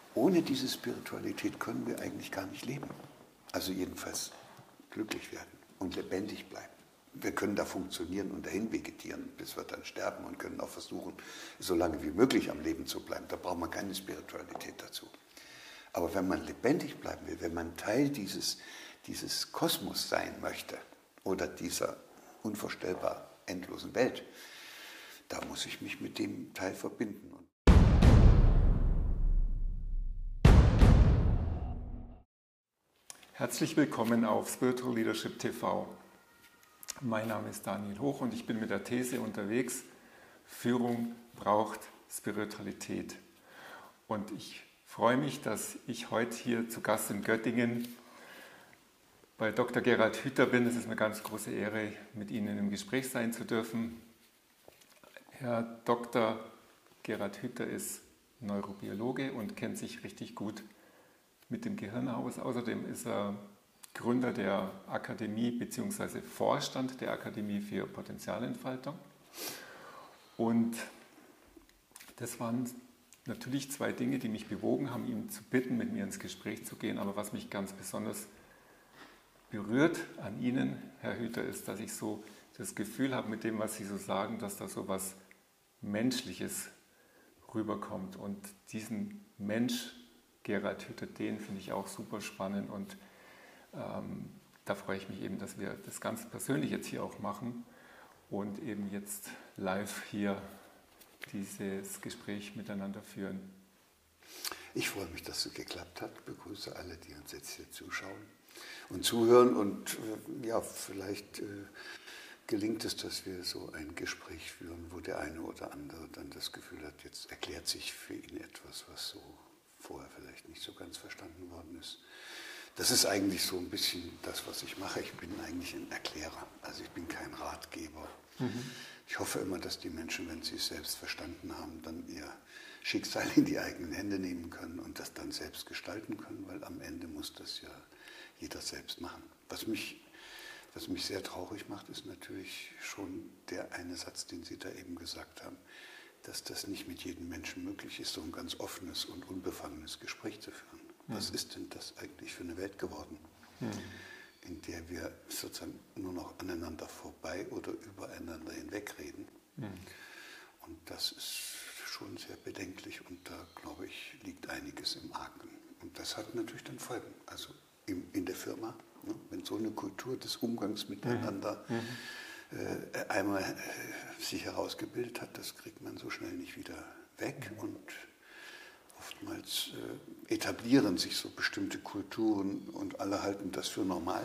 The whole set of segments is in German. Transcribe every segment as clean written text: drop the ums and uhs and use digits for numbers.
ohne diese Spiritualität können wir eigentlich gar nicht leben. Also jedenfalls glücklich werden und lebendig bleiben. Wir können da funktionieren und dahin vegetieren, bis wir dann sterben und können auch versuchen, so lange wie möglich am Leben zu bleiben. Da braucht man keine Spiritualität dazu. Aber wenn man lebendig bleiben will, wenn man Teil dieses Kosmos sein möchte oder dieser unvorstellbar endlosen Welt, da muss ich mich mit dem Teil verbinden. Herzlich willkommen auf Spiritual Leadership TV. Mein Name ist Daniel Hoch und ich bin mit der These unterwegs, Führung braucht Spiritualität. Und ich freue mich, dass ich heute hier zu Gast in Göttingen bei Dr. Gerald Hüther bin. Es ist eine ganz große Ehre, mit Ihnen im Gespräch sein zu dürfen. Herr Dr. Gerald Hüther ist Neurobiologe und kennt sich richtig gut mit dem Gehirn aus. Außerdem ist er Gründer der Akademie bzw. Vorstand der Akademie für Potenzialentfaltung. Und das waren natürlich zwei Dinge, die mich bewogen haben, ihn zu bitten, mit mir ins Gespräch zu gehen. Aber was mich ganz besonders berührt an Ihnen, Herr Hüther, ist, dass ich so das Gefühl habe, mit dem, was Sie so sagen, dass da so was Menschliches rüberkommt. Und diesen Mensch, Gerald Hüther, den finde ich auch super spannend und da freue ich mich eben, dass wir das ganz persönlich jetzt hier auch machen und eben jetzt live hier dieses Gespräch miteinander führen. Ich freue mich, dass es geklappt hat. Ich begrüße alle, die uns jetzt hier zuschauen und zuhören und ja, vielleicht gelingt es, dass wir so ein Gespräch führen, wo der eine oder andere dann das Gefühl hat, jetzt erklärt sich für ihn etwas, was so vorher vielleicht nicht so ganz verstanden worden ist. Das ist eigentlich so ein bisschen das, was ich mache. Ich bin eigentlich ein Erklärer, also ich bin kein Ratgeber. Ich hoffe immer, dass die Menschen, wenn sie es selbst verstanden haben, dann ihr Schicksal in die eigenen Hände nehmen können und das dann selbst gestalten können, weil am Ende muss das ja jeder selbst machen. Was mich sehr traurig macht, ist natürlich schon der eine Satz, den Sie da eben gesagt haben, dass das nicht mit jedem Menschen möglich ist, so ein ganz offenes und unbefangenes Gespräch zu führen. Was ist denn das eigentlich für eine Welt geworden, in der wir sozusagen nur noch aneinander vorbei oder übereinander hinwegreden? Und das ist schon sehr bedenklich und da, glaube ich, liegt einiges im Argen. Und das hat natürlich dann Folgen, also in der Firma, ne? Wenn so eine Kultur des Umgangs miteinander einmal sich herausgebildet hat, das kriegt man so schnell nicht wieder weg und oftmals etablieren sich so bestimmte Kulturen und alle halten das für normal.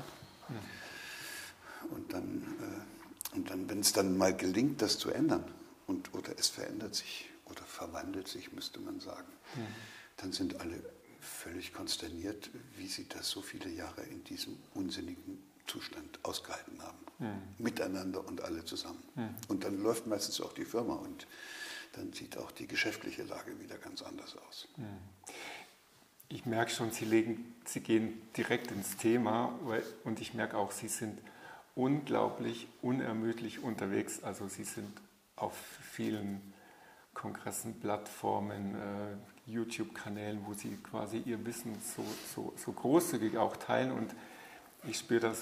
Und dann, wenn es dann mal gelingt, das zu ändern, oder es verändert sich oder verwandelt sich, müsste man sagen, dann sind alle völlig konsterniert, wie sie das so viele Jahre in diesem unsinnigen Zustand ausgehalten haben. Miteinander und alle zusammen. Und dann läuft meistens auch die Firma und dann sieht auch die geschäftliche Lage wieder ganz anders aus. Ich merke schon, Sie gehen direkt ins Thema und ich merke auch, Sie sind unglaublich unermüdlich unterwegs. Also Sie sind auf vielen Kongressen, Plattformen, YouTube-Kanälen, wo Sie quasi Ihr Wissen so großzügig auch teilen und ich spüre da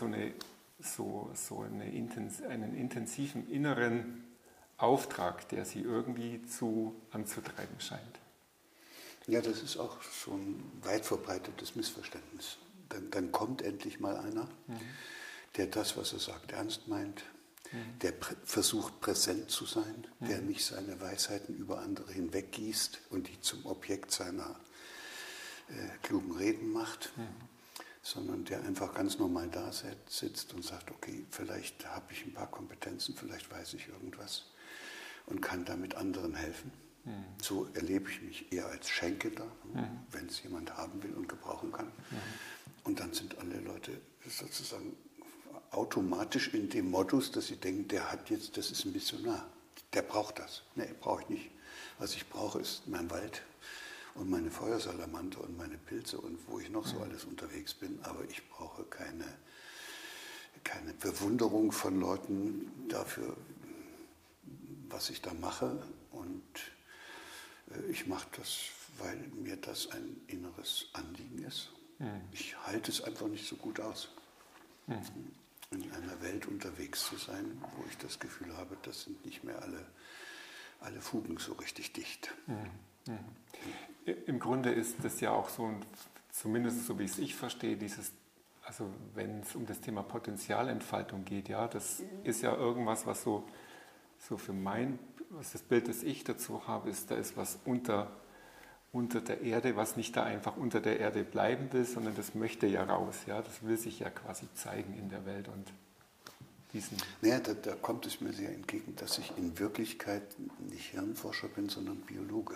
einen intensiven inneren Auftrag, der Sie irgendwie anzutreiben scheint. Ja, das ist auch so ein weit verbreitetes Missverständnis. Dann kommt endlich mal einer, der das, was er sagt, ernst meint, der versucht präsent zu sein, der nicht seine Weisheiten über andere hinweggießt und die zum Objekt seiner klugen Reden macht, sondern der einfach ganz normal da sitzt und sagt, okay, vielleicht habe ich ein paar Kompetenzen, vielleicht weiß ich irgendwas und kann damit anderen helfen. So erlebe ich mich eher als Schenkender, wenn es jemand haben will und gebrauchen kann. Und dann sind alle Leute sozusagen automatisch in dem Modus, dass sie denken, das ist ein Missionar, der braucht das. Nee, brauche ich nicht. Was ich brauche, ist mein Wald und meine Feuersalamander und meine Pilze und wo ich noch so alles unterwegs bin. Aber ich brauche keine Bewunderung von Leuten dafür, was ich da mache. Und ich mache das, weil mir das ein inneres Anliegen ist. Ich halte es einfach nicht so gut aus, in einer Welt unterwegs zu sein, wo ich das Gefühl habe, das sind nicht mehr alle Fugen so richtig dicht. Im Grunde ist das ja auch so, zumindest so wie es ich verstehe, also wenn es um das Thema Potenzialentfaltung geht, ja, das ist ja irgendwas, was so für was das Bild, das ich dazu habe, ist, da ist was unter der Erde, was nicht da einfach unter der Erde bleiben will, sondern das möchte ja raus, ja, das will sich ja quasi zeigen in der Welt und Naja, da kommt es mir sehr entgegen, dass ich in Wirklichkeit nicht Hirnforscher bin, sondern Biologe.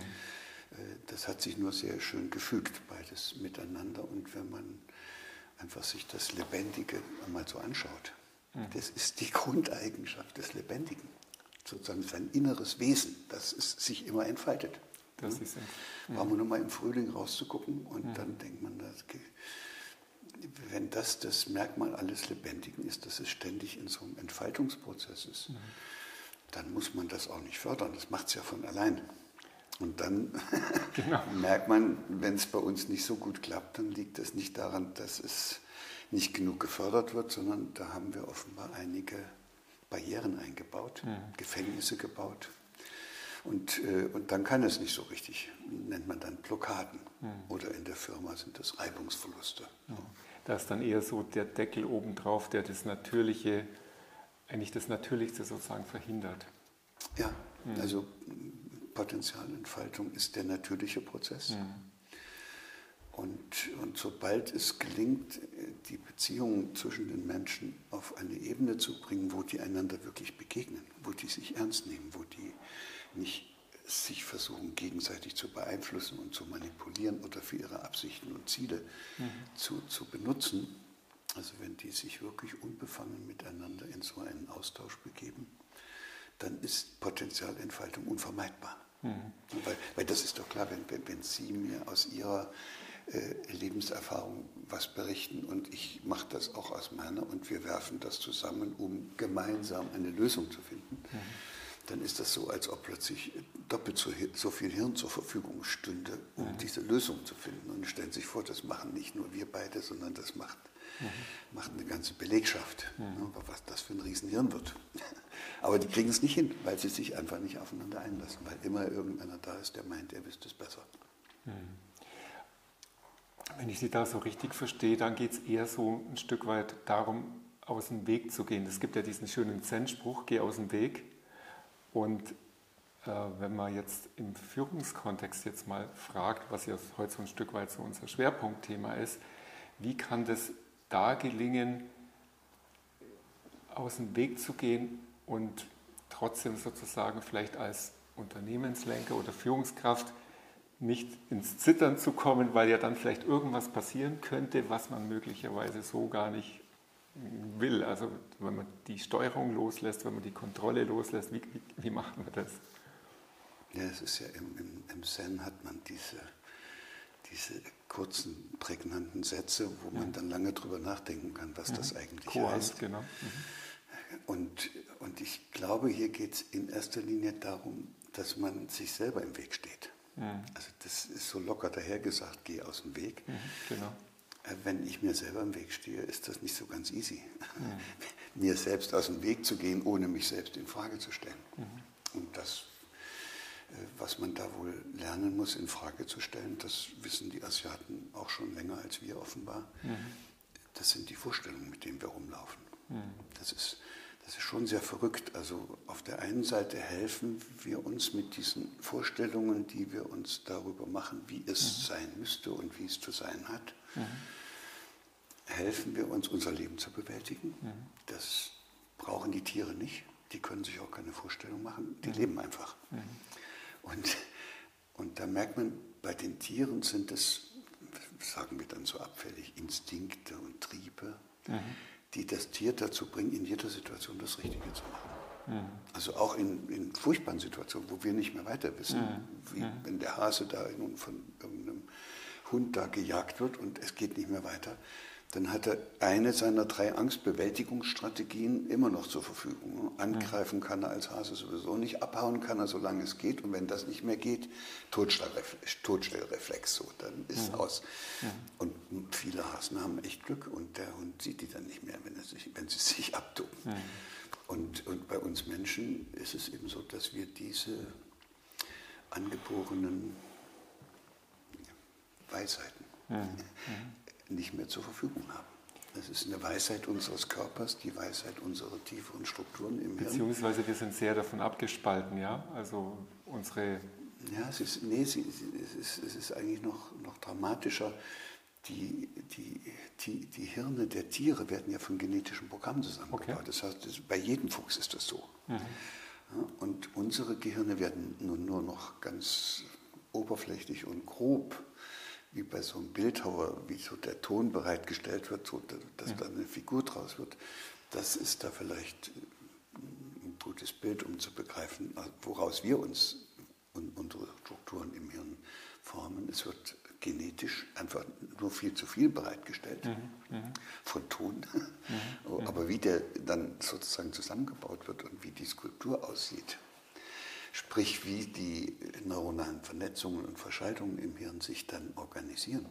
Das hat sich nur sehr schön gefügt, beides miteinander. Und wenn man einfach sich das Lebendige einmal so anschaut, das ist die Grundeigenschaft des Lebendigen, sozusagen sein inneres Wesen, das sich immer entfaltet. Brauchen wir nur mal im Frühling rauszugucken und dann denkt man, wenn das Merkmal alles Lebendigen ist, dass es ständig in so einem Entfaltungsprozess ist, dann muss man das auch nicht fördern. Das macht es ja von allein. Und dann merkt man, wenn es bei uns nicht so gut klappt, dann liegt das nicht daran, dass es nicht genug gefördert wird, sondern da haben wir offenbar einige Barrieren eingebaut, Gefängnisse gebaut. Und dann kann es nicht so richtig, nennt man dann Blockaden. Oder in der Firma sind das Reibungsverluste. Da ist dann eher so der Deckel obendrauf, der das Natürliche, eigentlich das Natürlichste sozusagen verhindert. Ja, also Potenzialentfaltung ist der natürliche Prozess. Und sobald es gelingt, die Beziehungen zwischen den Menschen auf eine Ebene zu bringen, wo die einander wirklich begegnen, wo die sich ernst nehmen, wo die nicht sich versuchen, gegenseitig zu beeinflussen und zu manipulieren oder für ihre Absichten und Ziele zu benutzen, also wenn die sich wirklich unbefangen miteinander in so einen Austausch begeben, dann ist Potenzialentfaltung unvermeidbar. Weil das ist doch klar, wenn Sie mir aus Ihrer Lebenserfahrung was berichten und ich mache das auch aus meiner und wir werfen das zusammen, um gemeinsam eine Lösung zu finden, dann ist das so, als ob plötzlich doppelt so viel Hirn zur Verfügung stünde, um diese Lösung zu finden. Und stellen Sie sich vor, das machen nicht nur wir beide, sondern das macht eine ganze Belegschaft, was das für ein Riesenhirn wird. Aber die kriegen es nicht hin, weil sie sich einfach nicht aufeinander einlassen, weil immer irgendeiner da ist, der meint, er wüsste es besser. Wenn ich Sie da so richtig verstehe, dann geht es eher so ein Stück weit darum, aus dem Weg zu gehen. Es gibt ja diesen schönen Zen-Spruch, geh aus dem Weg. Und wenn man jetzt im Führungskontext jetzt mal fragt, was ja heute so ein Stück weit so unser Schwerpunktthema ist, wie kann das da gelingen, aus dem Weg zu gehen und trotzdem sozusagen vielleicht als Unternehmenslenker oder Führungskraft nicht ins Zittern zu kommen, weil ja dann vielleicht irgendwas passieren könnte, was man möglicherweise so gar nicht will. Also wenn man die Steuerung loslässt, wenn man die Kontrolle loslässt, wie macht man das? Ja, es ist ja im Zen hat man diese kurzen, prägnanten Sätze, wo man dann lange drüber nachdenken kann, was das eigentlich heißt. Genau. Und ich glaube, hier geht es in erster Linie darum, dass man sich selber im Weg steht. Also das ist so locker dahergesagt, geh aus dem Weg. Genau. Wenn ich mir selber im Weg stehe, ist das nicht so ganz easy. Mir selbst aus dem Weg zu gehen, ohne mich selbst in Frage zu stellen. Und das, was man da wohl lernen muss, in Frage zu stellen, das wissen die Asiaten auch schon länger als wir offenbar. Das sind die Vorstellungen, mit denen wir rumlaufen. Das ist schon sehr verrückt. Also auf der einen Seite helfen wir uns mit diesen Vorstellungen, die wir uns darüber machen, wie es sein müsste und wie es zu sein hat, helfen wir uns, unser Leben zu bewältigen. Das brauchen die Tiere nicht. Die können sich auch keine Vorstellung machen. Die leben einfach. Und da merkt man, bei den Tieren sind es, sagen wir dann so abfällig, Instinkte und Triebe, die das Tier dazu bringen, in jeder Situation das Richtige zu machen. Also auch in furchtbaren Situationen, wo wir nicht mehr weiter wissen, wie wenn der Hase da nun von irgendeinem Hund da gejagt wird und es geht nicht mehr weiter, dann hat er eine seiner 3 Angstbewältigungsstrategien immer noch zur Verfügung. Angreifen kann er als Hase sowieso nicht, abhauen kann er, solange es geht. Und wenn das nicht mehr geht, Totstellreflex, so, dann ist es aus. Und viele Hasen haben echt Glück und der Hund sieht die dann nicht mehr, wenn sie sich abducken. Und bei uns Menschen ist es eben so, dass wir diese angeborenen Weisheiten nicht mehr zur Verfügung haben. Das ist eine Weisheit unseres Körpers, die Weisheit unserer tieferen Strukturen im Hirn. Beziehungsweise wir sind sehr davon abgespalten, ja? Also unsere... Ja, es ist eigentlich noch dramatischer. Die Hirne der Tiere werden ja von genetischen Programmen zusammengebaut. Okay. Das heißt, bei jedem Fuchs ist das so. Ja, und unsere Gehirne werden nur noch ganz oberflächlich und grob, wie bei so einem Bildhauer, wie so der Ton bereitgestellt wird, so dass da eine Figur draus wird. Das ist da vielleicht ein gutes Bild, um zu begreifen, woraus wir uns und unsere Strukturen im Hirn formen. Es wird genetisch einfach nur viel zu viel bereitgestellt von Ton. Aber wie der dann sozusagen zusammengebaut wird und wie die Skulptur aussieht, sprich wie die neuronalen Vernetzungen und Verschaltungen im Hirn sich dann organisieren,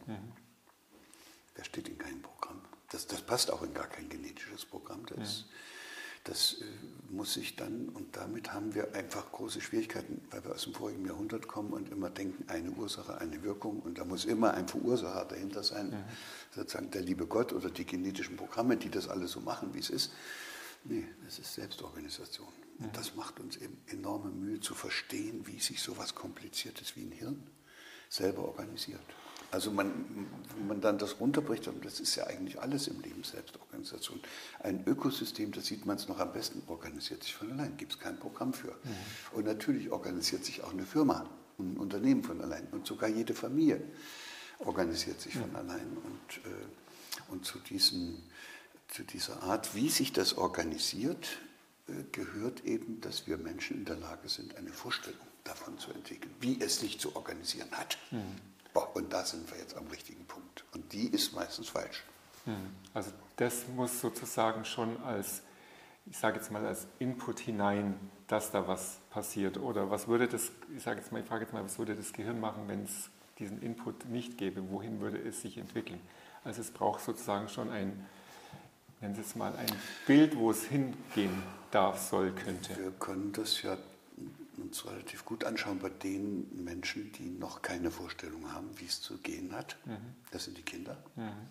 das steht in keinem Programm. Das passt auch in gar kein genetisches Programm. Das muss sich dann, und damit haben wir einfach große Schwierigkeiten, weil wir aus dem vorigen Jahrhundert kommen und immer denken, eine Ursache, eine Wirkung, und da muss immer ein Verursacher dahinter sein, sozusagen der liebe Gott oder die genetischen Programme, die das alles so machen, wie es ist. Nee, das ist Selbstorganisation. Und das macht uns eben enorme Mühe zu verstehen, wie sich so etwas Kompliziertes wie ein Hirn selber organisiert. Also wenn man dann das runterbricht, und das ist ja eigentlich alles im Leben Selbstorganisation. Ein Ökosystem, da sieht man es noch am besten, organisiert sich von allein, gibt es kein Programm für. Und natürlich organisiert sich auch eine Firma, ein Unternehmen von allein. Und sogar jede Familie organisiert sich von allein. Und zu dieser Art, wie sich das organisiert, gehört eben, dass wir Menschen in der Lage sind, eine Vorstellung davon zu entwickeln, wie es sich zu organisieren hat. Und da sind wir jetzt am richtigen Punkt. Und die ist meistens falsch. Also das muss sozusagen schon als, ich sage jetzt mal, als Input hinein, dass da was passiert. Oder was würde das, ich frage jetzt mal, was würde das Gehirn machen, wenn es diesen Input nicht gäbe? Wohin würde es sich entwickeln? Also es braucht sozusagen schon ein, nennen Sie es mal, ein Bild, wo es hingehen darf, soll, könnte. Wir können das ja uns relativ gut anschauen bei den Menschen, die noch keine Vorstellung haben, wie es zu gehen hat. Das sind die Kinder.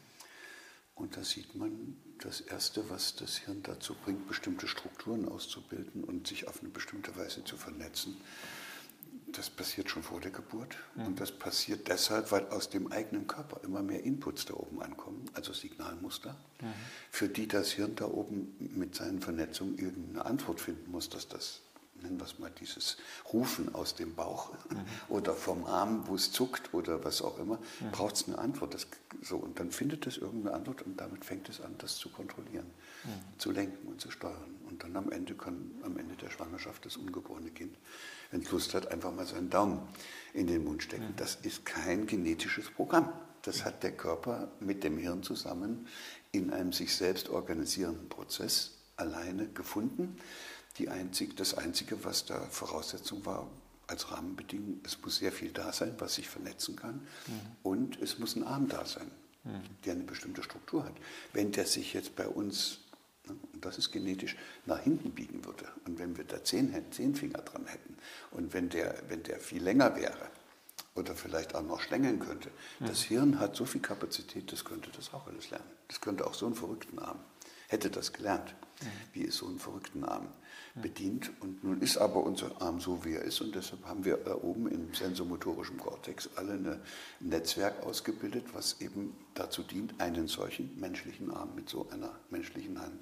Und da sieht man das Erste, was das Hirn dazu bringt, bestimmte Strukturen auszubilden und sich auf eine bestimmte Weise zu vernetzen. Das passiert schon vor der Geburt. Und das passiert deshalb, weil aus dem eigenen Körper immer mehr Inputs da oben ankommen, also Signalmuster, für die das Hirn da oben mit seinen Vernetzungen irgendeine Antwort finden muss, dass das, nennen wir es mal, dieses Rufen aus dem Bauch oder vom Arm, wo es zuckt oder was auch immer, braucht es eine Antwort. Und dann findet es irgendeine Antwort und damit fängt es an, das zu kontrollieren, zu lenken und zu steuern. Und dann am Ende der Schwangerschaft das ungeborene Kind, wenn es Lust hat, einfach mal seinen Daumen in den Mund stecken. Das ist kein genetisches Programm. Das hat der Körper mit dem Hirn zusammen in einem sich selbst organisierenden Prozess alleine gefunden. Das Einzige, was da Voraussetzung war als Rahmenbedingung, es muss sehr viel da sein, was sich vernetzen kann, und es muss ein Arm da sein, der eine bestimmte Struktur hat. Wenn der sich jetzt bei uns, und das ist genetisch, nach hinten biegen würde, und wenn wir da 10 Finger dran hätten, und wenn der viel länger wäre, oder vielleicht auch noch schlängeln könnte, das Hirn hat so viel Kapazität, das könnte das auch alles lernen. Das könnte auch so einen verrückten Arm, hätte das gelernt, wie es so einen verrückten Arm bedient. Und nun ist aber unser Arm so, wie er ist, und deshalb haben wir da oben im sensomotorischen Kortex alle ein Netzwerk ausgebildet, was eben dazu dient, einen solchen menschlichen Arm mit so einer menschlichen Hand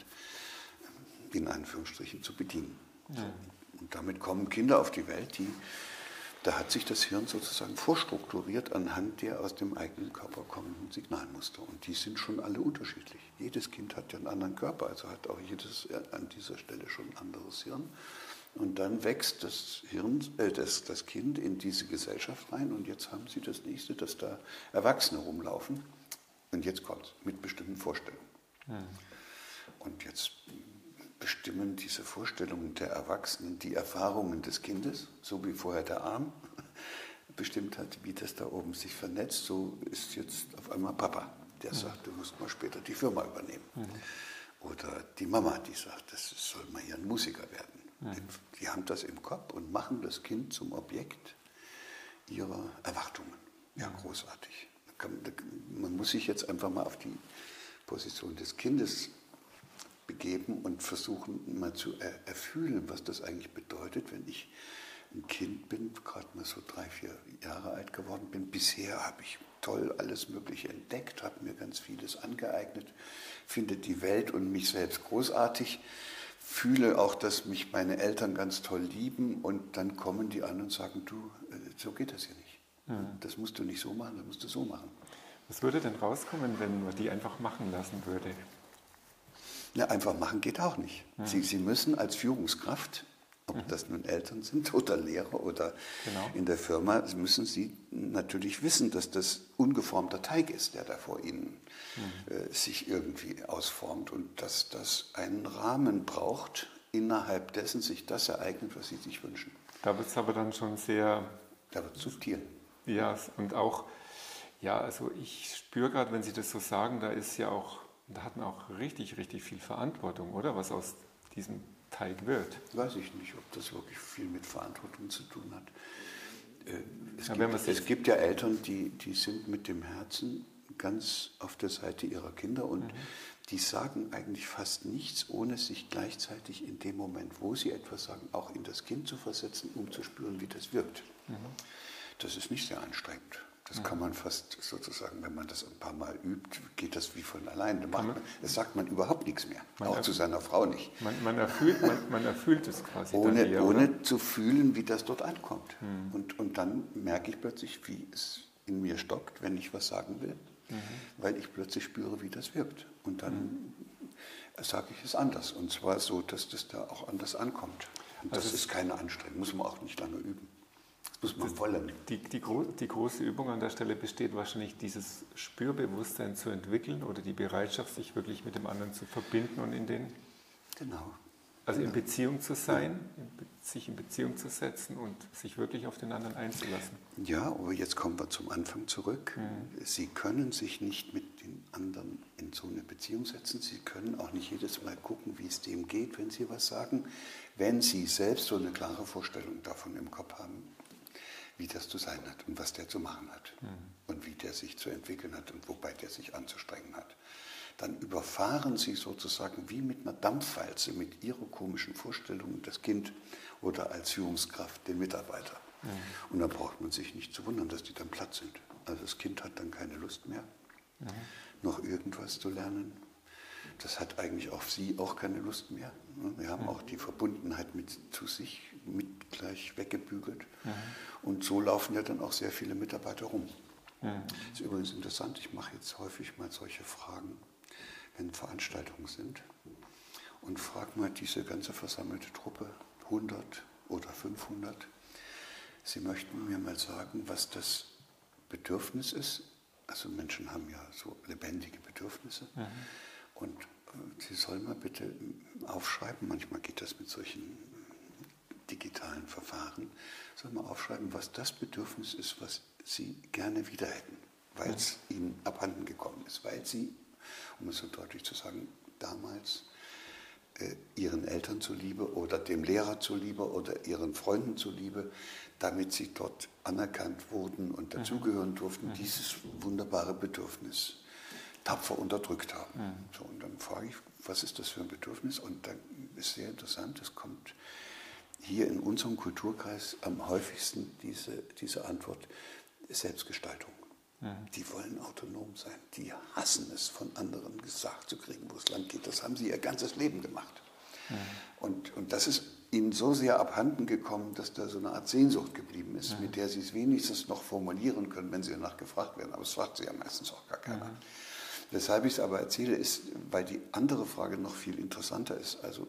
in Anführungsstrichen zu bedienen. Und damit kommen Kinder auf die Welt, da hat sich das Hirn sozusagen vorstrukturiert anhand der aus dem eigenen Körper kommenden Signalmuster. Und die sind schon alle unterschiedlich. Jedes Kind hat ja einen anderen Körper, also hat auch jedes an dieser Stelle schon ein anderes Hirn. Und dann wächst das Kind in diese Gesellschaft rein, und jetzt haben sie das Nächste, dass da Erwachsene rumlaufen, Und jetzt kommt's, mit bestimmten Vorstellungen. Und jetzt bestimmen diese Vorstellungen der Erwachsenen die Erfahrungen des Kindes, so wie vorher der Arm bestimmt hat, wie das da oben sich vernetzt, so ist jetzt auf einmal Papa, der sagt, du musst mal später die Firma übernehmen. Oder die Mama, die sagt, das soll mal hier ein Musiker werden. Die haben das im Kopf und machen das Kind zum Objekt ihrer Erwartungen. Ja, großartig. Man muss sich jetzt einfach mal auf die Position des Kindes begeben und versuchen mal zu erfühlen, was das eigentlich bedeutet, wenn ich ein Kind bin, gerade mal so 3, 4 Jahre alt geworden bin. Bisher habe ich toll alles Mögliche entdeckt, habe mir ganz vieles angeeignet, finde die Welt und mich selbst großartig, fühle auch, dass mich meine Eltern ganz toll lieben und dann kommen die an und sagen, du, so geht das hier nicht. Das musst du nicht so machen, das musst du so machen. Was würde denn rauskommen, wenn man die einfach machen lassen würde? Ja, einfach machen geht auch nicht. Sie müssen als Führungskraft, ob das nun Eltern sind oder Lehrer oder in der Firma, müssen Sie natürlich wissen, dass das ungeformter Teig ist, der da vor Ihnen sich irgendwie ausformt und dass das einen Rahmen braucht, innerhalb dessen sich das ereignet, was Sie sich wünschen. Da wird es aber dann schon sehr... Da wird es subtil. Ja, und auch, ja, also ich spüre gerade, wenn Sie das so sagen, da hat man auch richtig, richtig viel Verantwortung, oder? Was aus diesem Teig wird. Weiß ich nicht, ob das wirklich viel mit Verantwortung zu tun hat. Es Ja, gibt ja Eltern, die sind mit dem Herzen ganz auf der Seite ihrer Kinder und die sagen eigentlich fast nichts, ohne sich gleichzeitig in dem Moment, wo sie etwas sagen, auch in das Kind zu versetzen, um zu spüren, wie das wirkt. Das ist nicht sehr anstrengend. Das kann man fast sozusagen, wenn man das ein paar Mal übt, geht das wie von alleine. Das sagt man überhaupt nichts mehr, auch zu seiner Frau nicht. Man erfüllt es quasi. Ohne zu fühlen, wie das dort ankommt. Und dann merke ich plötzlich, wie es in mir stockt, wenn ich was sagen will, weil ich plötzlich spüre, wie das wirkt. Und dann sage ich es anders. Und zwar so, dass das da auch anders ankommt. Und das ist keine Anstrengung, muss man auch nicht lange üben. Das muss man wollen. Die große Übung an der Stelle besteht wahrscheinlich, dieses Spürbewusstsein zu entwickeln oder die Bereitschaft, sich wirklich mit dem anderen zu verbinden und in Beziehung zu sein, sich in Beziehung zu setzen und sich wirklich auf den anderen einzulassen. Ja, aber jetzt kommen wir zum Anfang zurück. Sie können sich nicht mit den anderen in so eine Beziehung setzen. Sie können auch nicht jedes Mal gucken, wie es dem geht, wenn Sie was sagen, wenn Sie selbst so eine klare Vorstellung davon im Kopf haben, wie das zu sein hat und was der zu machen hat und wie der sich zu entwickeln hat und wobei der sich anzustrengen hat. Dann überfahren Sie sozusagen wie mit einer Dampfwalze mit Ihrer komischen Vorstellung das Kind oder als Führungskraft den Mitarbeiter. Und da braucht man sich nicht zu wundern, dass die dann platt sind. Also das Kind hat dann keine Lust mehr, noch irgendwas zu lernen. Das hat eigentlich auf Sie auch keine Lust mehr. Wir haben auch die Verbundenheit zu sich mit gleich weggebügelt. Und so laufen ja dann auch sehr viele Mitarbeiter rum. Das ist übrigens interessant, ich mache jetzt häufig mal solche Fragen, wenn Veranstaltungen sind. Und frage mal diese ganze versammelte Truppe, 100 oder 500, Sie möchten mir mal sagen, was das Bedürfnis ist. Also Menschen haben ja so lebendige Bedürfnisse. Und Sie sollen mal bitte aufschreiben, manchmal geht das mit solchen digitalen Verfahren, sollen mal aufschreiben, was das Bedürfnis ist, was Sie gerne wieder hätten, weil es Ihnen abhanden gekommen ist, weil Sie, um es so deutlich zu sagen, damals Ihren Eltern zuliebe oder dem Lehrer zuliebe oder Ihren Freunden zuliebe, damit Sie dort anerkannt wurden und dazugehören durften, dieses wunderbare Bedürfnis tapfer unterdrückt haben. So, und dann frage ich, was ist das für ein Bedürfnis? Und dann ist sehr interessant, es kommt hier in unserem Kulturkreis am häufigsten diese Antwort, Selbstgestaltung. Die wollen autonom sein. Die hassen es, von anderen gesagt zu kriegen, wo es lang geht. Das haben sie ihr ganzes Leben gemacht. Und das ist ihnen so sehr abhanden gekommen, dass da so eine Art Sehnsucht geblieben ist, mit der sie es wenigstens noch formulieren können, wenn sie danach gefragt werden. Aber das fragt sie ja meistens auch gar keiner. Weshalb ich es aber erzähle, ist, weil die andere Frage noch viel interessanter ist. Also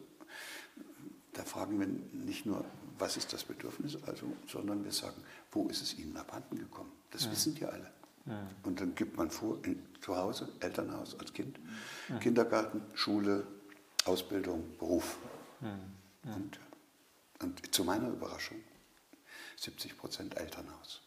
da fragen wir nicht nur, was ist das Bedürfnis, sondern wir sagen, wo ist es Ihnen abhanden gekommen? Das wissen die alle. Und dann gibt man vor, zu Hause, Elternhaus als Kind, Kindergarten, Schule, Ausbildung, Beruf. Und zu meiner Überraschung 70% Elternhaus.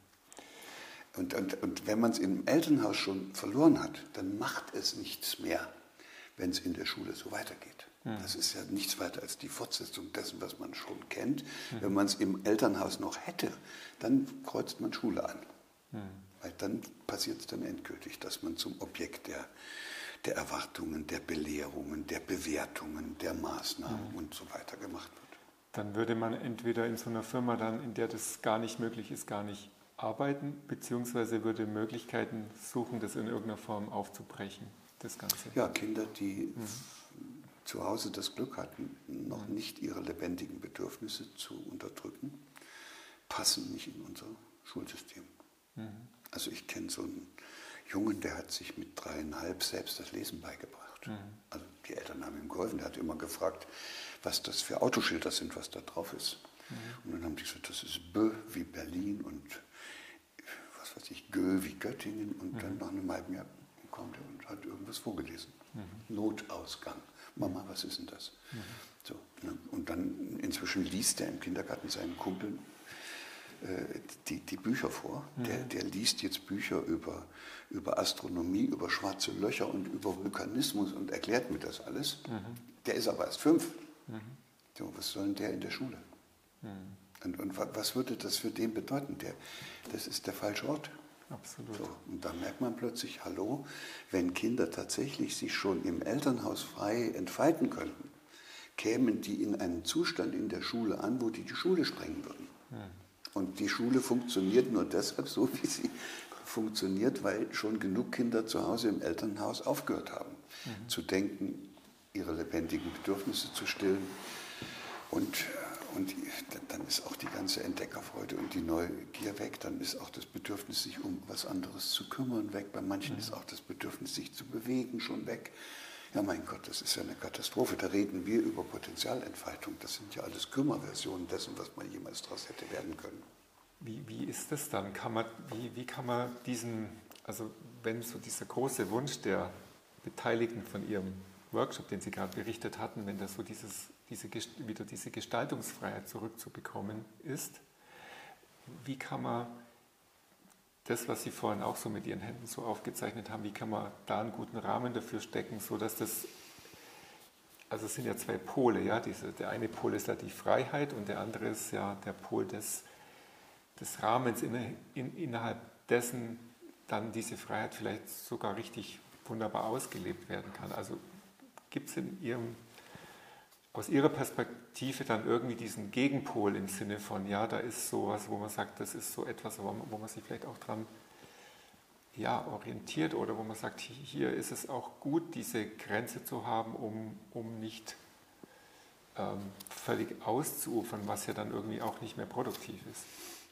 Und wenn man es im Elternhaus schon verloren hat, dann macht es nichts mehr, wenn es in der Schule so weitergeht. Das ist ja nichts weiter als die Fortsetzung dessen, was man schon kennt. Wenn man es im Elternhaus noch hätte, dann kreuzt man Schule an. Weil dann passiert es dann endgültig, dass man zum Objekt der Erwartungen, der Belehrungen, der Bewertungen, der Maßnahmen und so weiter gemacht wird. Dann würde man entweder in so einer Firma dann, in der das gar nicht möglich ist, gar nicht arbeiten, beziehungsweise würde Möglichkeiten suchen, das in irgendeiner Form aufzubrechen, das Ganze. Ja, Kinder, die zu Hause das Glück hatten, noch nicht ihre lebendigen Bedürfnisse zu unterdrücken, passen nicht in unser Schulsystem. Also ich kenne so einen Jungen, der hat sich mit 3,5 selbst das Lesen beigebracht. Also die Eltern haben ihm geholfen, der hat immer gefragt, was das für Autoschilder sind, was da drauf ist. Und dann haben die gesagt, das ist Bö wie Berlin und was weiß ich, Gö wie Göttingen. Und dann nach einem halben Jahr kommt er und hat irgendwas vorgelesen. Notausgang. Mama, was ist denn das? So, ne? Und dann inzwischen liest er im Kindergarten seinen Kumpeln die Bücher vor. Der liest jetzt Bücher über Astronomie, über schwarze Löcher und über Vulkanismus und erklärt mir das alles. Der ist aber erst 5. So, was soll denn der in der Schule? Und was würde das für den bedeuten? Das ist der falsche Ort. Absolut. So, und dann merkt man plötzlich, hallo, wenn Kinder tatsächlich sich schon im Elternhaus frei entfalten könnten, kämen die in einen Zustand in der Schule an, wo die Schule sprengen würden. Und die Schule funktioniert nur deshalb so, wie sie funktioniert, weil schon genug Kinder zu Hause im Elternhaus aufgehört haben, zu denken, ihre lebendigen Bedürfnisse zu stillen. Und dann ist auch die ganze Entdeckerfreude und die Neugier weg. Dann ist auch das Bedürfnis, sich um was anderes zu kümmern, weg. Bei manchen ist auch das Bedürfnis, sich zu bewegen, schon weg. Ja, mein Gott, das ist ja eine Katastrophe. Da reden wir über Potenzialentfaltung. Das sind ja alles Kümmerversionen dessen, was man jemals daraus hätte werden können. Wie ist das dann? Wie kann man diesen, also wenn so dieser große Wunsch der Beteiligten von Ihrem Workshop, den Sie gerade berichtet hatten, wenn das so wieder diese Gestaltungsfreiheit zurückzubekommen ist, wie kann man das, was Sie vorhin auch so mit Ihren Händen so aufgezeichnet haben, wie kann man da einen guten Rahmen dafür stecken, sodass das, also es sind ja zwei Pole, ja, der eine Pol ist ja die Freiheit und der andere ist ja der Pol des Rahmens, innerhalb dessen dann diese Freiheit vielleicht sogar richtig wunderbar ausgelebt werden kann. Also gibt es aus Ihrer Perspektive dann irgendwie diesen Gegenpol im Sinne von, ja, da ist sowas, wo man sagt, das ist so etwas, wo man sich vielleicht auch dran orientiert oder wo man sagt, hier ist es auch gut, diese Grenze zu haben, um nicht völlig auszuufern, was ja dann irgendwie auch nicht mehr produktiv ist.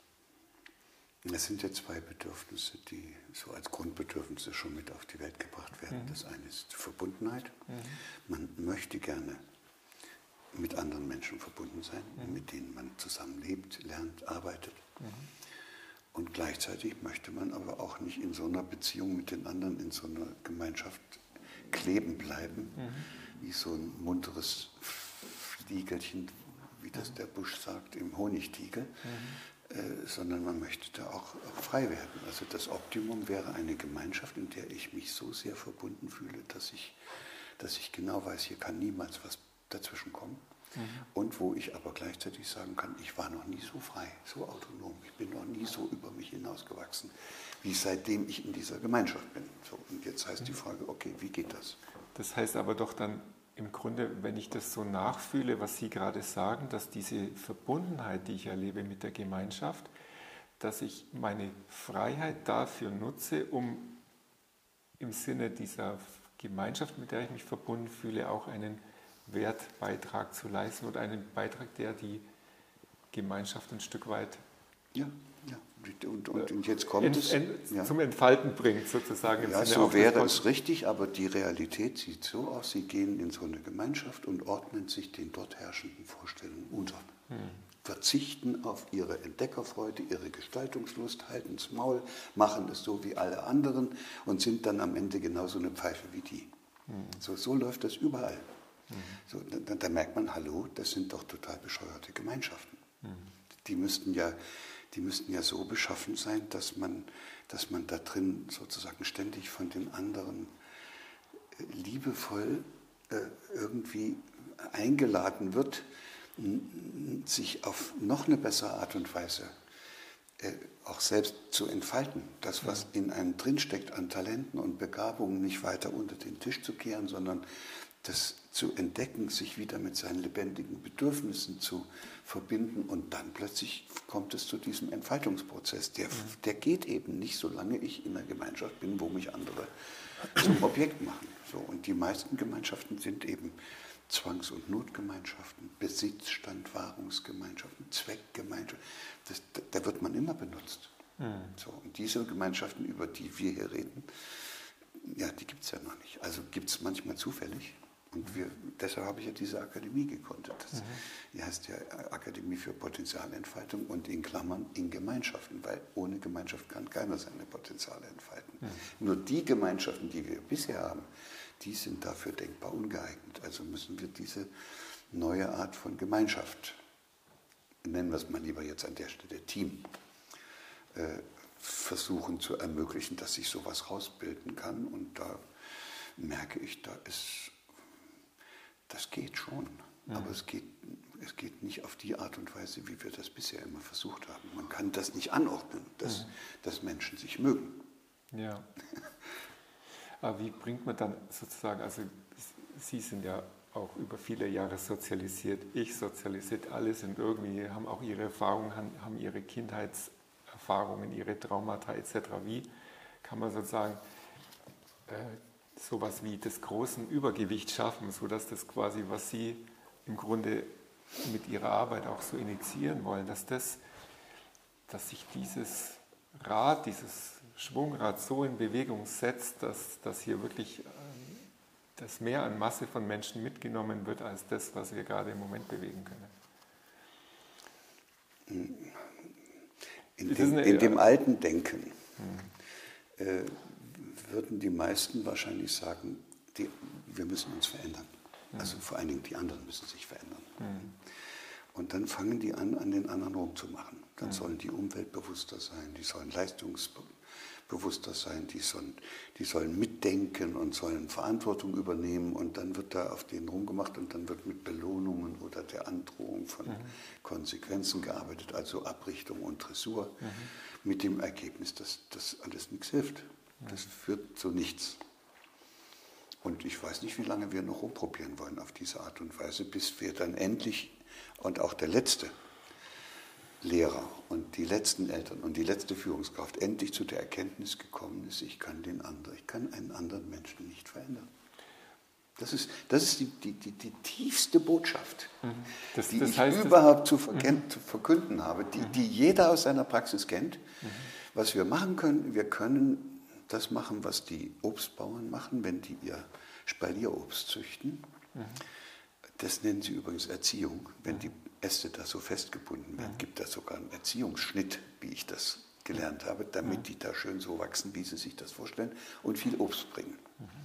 Es sind ja zwei Bedürfnisse, die so als Grundbedürfnisse schon mit auf die Welt gebracht werden. Das eine ist Verbundenheit. Man möchte gerne mit anderen Menschen verbunden sein, mit denen man zusammenlebt, lernt, arbeitet. Und gleichzeitig möchte man aber auch nicht in so einer Beziehung mit den anderen, in so einer Gemeinschaft kleben bleiben, wie so ein munteres Fliegelchen, wie das der Busch sagt, im Honigtiegel. Sondern man möchte da auch frei werden. Also das Optimum wäre eine Gemeinschaft, in der ich mich so sehr verbunden fühle, dass ich genau weiß, hier kann niemals was dazwischen kommen. Und wo ich aber gleichzeitig sagen kann, ich war noch nie so frei, so autonom, ich bin noch nie so über mich hinausgewachsen, wie seitdem ich in dieser Gemeinschaft bin. So, und jetzt heißt die Frage, okay, wie geht das? Das heißt aber doch dann im Grunde, wenn ich das so nachfühle, was Sie gerade sagen, dass diese Verbundenheit, die ich erlebe mit der Gemeinschaft, dass ich meine Freiheit dafür nutze, um im Sinne dieser Gemeinschaft, mit der ich mich verbunden fühle, auch einen Wertbeitrag zu leisten und einen Beitrag, der die Gemeinschaft ein Stück weit und jetzt kommt es zum Entfalten bringt, sozusagen. Im Ja, Sinne so wäre es richtig, aber die Realität sieht so aus, Sie gehen in so eine Gemeinschaft und ordnen sich den dort herrschenden Vorstellungen unter. verzichten auf ihre Entdeckerfreude, ihre Gestaltungslust, halten das Maul, machen es so wie alle anderen und sind dann am Ende genauso eine Pfeife wie die. So läuft das überall. So, da merkt man, hallo, das sind doch total bescheuerte Gemeinschaften. Die müssten ja so beschaffen sein, dass man da drin sozusagen ständig von den anderen liebevoll irgendwie eingeladen wird, sich auf noch eine bessere Art und Weise auch selbst zu entfalten. Das, was in einem drinsteckt an Talenten und Begabungen, nicht weiter unter den Tisch zu kehren, sondern das zu entdecken, sich wieder mit seinen lebendigen Bedürfnissen zu verbinden und dann plötzlich kommt es zu diesem Entfaltungsprozess. Der geht eben nicht, solange ich in einer Gemeinschaft bin, wo mich andere zum Objekt machen. So, und die meisten Gemeinschaften sind eben Zwangs- und Notgemeinschaften, Besitzstandwahrungsgemeinschaften, Zweckgemeinschaften. Da wird man immer benutzt. So, und diese Gemeinschaften, über die wir hier reden, ja, die gibt es ja noch nicht. Also gibt es manchmal zufällig. Und deshalb habe ich ja diese Akademie gegründet. Die heißt ja Akademie für Potenzialentfaltung und in Klammern in Gemeinschaften, weil ohne Gemeinschaft kann keiner seine Potenziale entfalten. Nur die Gemeinschaften, die wir bisher haben, die sind dafür denkbar ungeeignet. Also müssen wir diese neue Art von Gemeinschaft, nennen wir es mal lieber jetzt an der Stelle Team, versuchen zu ermöglichen, dass sich sowas rausbilden kann. Und da merke ich, das geht schon. Aber es geht nicht auf die Art und Weise, wie wir das bisher immer versucht haben. Man kann das nicht anordnen, dass Menschen sich mögen. Ja. Aber wie bringt man dann sozusagen, also Sie sind ja auch über viele Jahre sozialisiert, ich sozialisiert, alle sind irgendwie, haben auch ihre Erfahrungen, haben ihre Kindheitserfahrungen, ihre Traumata etc. Wie kann man sozusagen sowas wie das großen Übergewicht schaffen, sodass das quasi, was Sie im Grunde mit Ihrer Arbeit auch so initiieren wollen, dass sich dieses Rad, dieses Schwungrad so in Bewegung setzt, dass hier wirklich das Mehr an Masse von Menschen mitgenommen wird, als das, was wir gerade im Moment bewegen können. In dem alten Denken würden die meisten wahrscheinlich sagen, wir müssen uns verändern. Also vor allen Dingen die anderen müssen sich verändern. Und dann fangen die an den anderen rumzumachen. Dann sollen die umweltbewusster sein, die sollen leistungsbewusster sein, die sollen mitdenken und sollen Verantwortung übernehmen. Und dann wird da auf denen rumgemacht und dann wird mit Belohnungen oder der Androhung von Konsequenzen gearbeitet, also Abrichtung und Dressur, mit dem Ergebnis, dass das alles nichts hilft. Das führt zu nichts. Und ich weiß nicht, wie lange wir noch rumprobieren wollen auf diese Art und Weise, bis wir dann endlich, und auch der letzte Lehrer und die letzten Eltern und die letzte Führungskraft endlich zu der Erkenntnis gekommen ist, ich kann einen anderen Menschen nicht verändern. Das ist die tiefste Botschaft, die ich überhaupt zu verkünden habe, die jeder aus seiner Praxis kennt. Was wir machen können, wir können das machen, was die Obstbauern machen, wenn die ihr Spalierobst züchten. Das nennen sie übrigens Erziehung. Wenn die Äste da so festgebunden werden, gibt es sogar einen Erziehungsschnitt, wie ich das gelernt habe, damit die da schön so wachsen, wie sie sich das vorstellen und viel Obst bringen.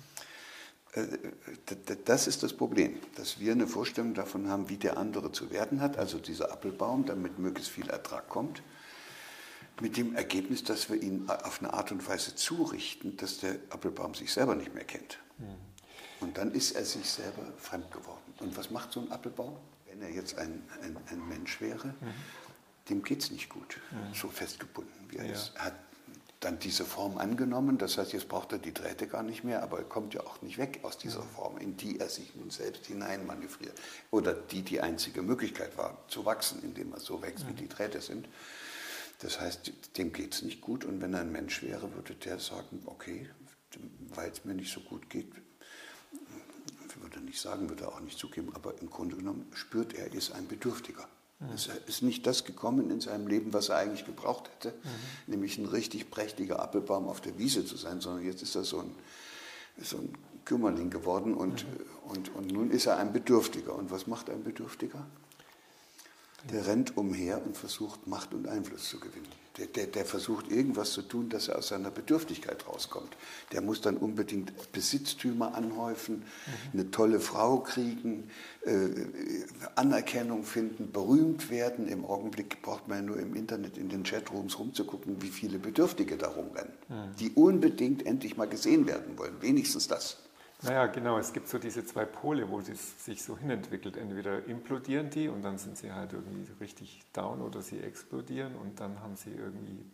Das ist das Problem, dass wir eine Vorstellung davon haben, wie der andere zu werden hat, also dieser Apfelbaum, damit möglichst viel Ertrag kommt. Mit dem Ergebnis, dass wir ihn auf eine Art und Weise zurichten, dass der Apfelbaum sich selber nicht mehr kennt. Und dann ist er sich selber fremd geworden. Und was macht so ein Apfelbaum? Wenn er jetzt ein Mensch wäre, dem geht es nicht gut, so festgebunden wie er ist. Er hat dann diese Form angenommen, das heißt, jetzt braucht er die Drähte gar nicht mehr, aber er kommt ja auch nicht weg aus dieser Form, in die er sich nun selbst hineinmanövriert. Oder die einzige Möglichkeit war, zu wachsen, indem er so wächst, wie die Drähte sind. Das heißt, dem geht es nicht gut und wenn er ein Mensch wäre, würde der sagen, okay, weil es mir nicht so gut geht, würde er nicht sagen, würde er auch nicht zugeben, aber im Grunde genommen spürt er ist ein Bedürftiger. Es ist nicht das gekommen in seinem Leben, was er eigentlich gebraucht hätte, nämlich ein richtig prächtiger Apfelbaum auf der Wiese zu sein, sondern jetzt ist er so ein Kümmerling geworden und nun ist er ein Bedürftiger. Und was macht ein Bedürftiger? Der rennt umher und versucht, Macht und Einfluss zu gewinnen. Der versucht, irgendwas zu tun, dass er aus seiner Bedürftigkeit rauskommt. Der muss dann unbedingt Besitztümer anhäufen, eine tolle Frau kriegen, Anerkennung finden, berühmt werden. Im Augenblick braucht man ja nur im Internet in den Chatrooms rumzugucken, wie viele Bedürftige da rumrennen, die unbedingt endlich mal gesehen werden wollen. Wenigstens das. Naja, genau, es gibt so diese zwei Pole, wo es sich so hinentwickelt. Entweder implodieren die und dann sind sie halt irgendwie richtig down oder sie explodieren und dann haben sie irgendwie,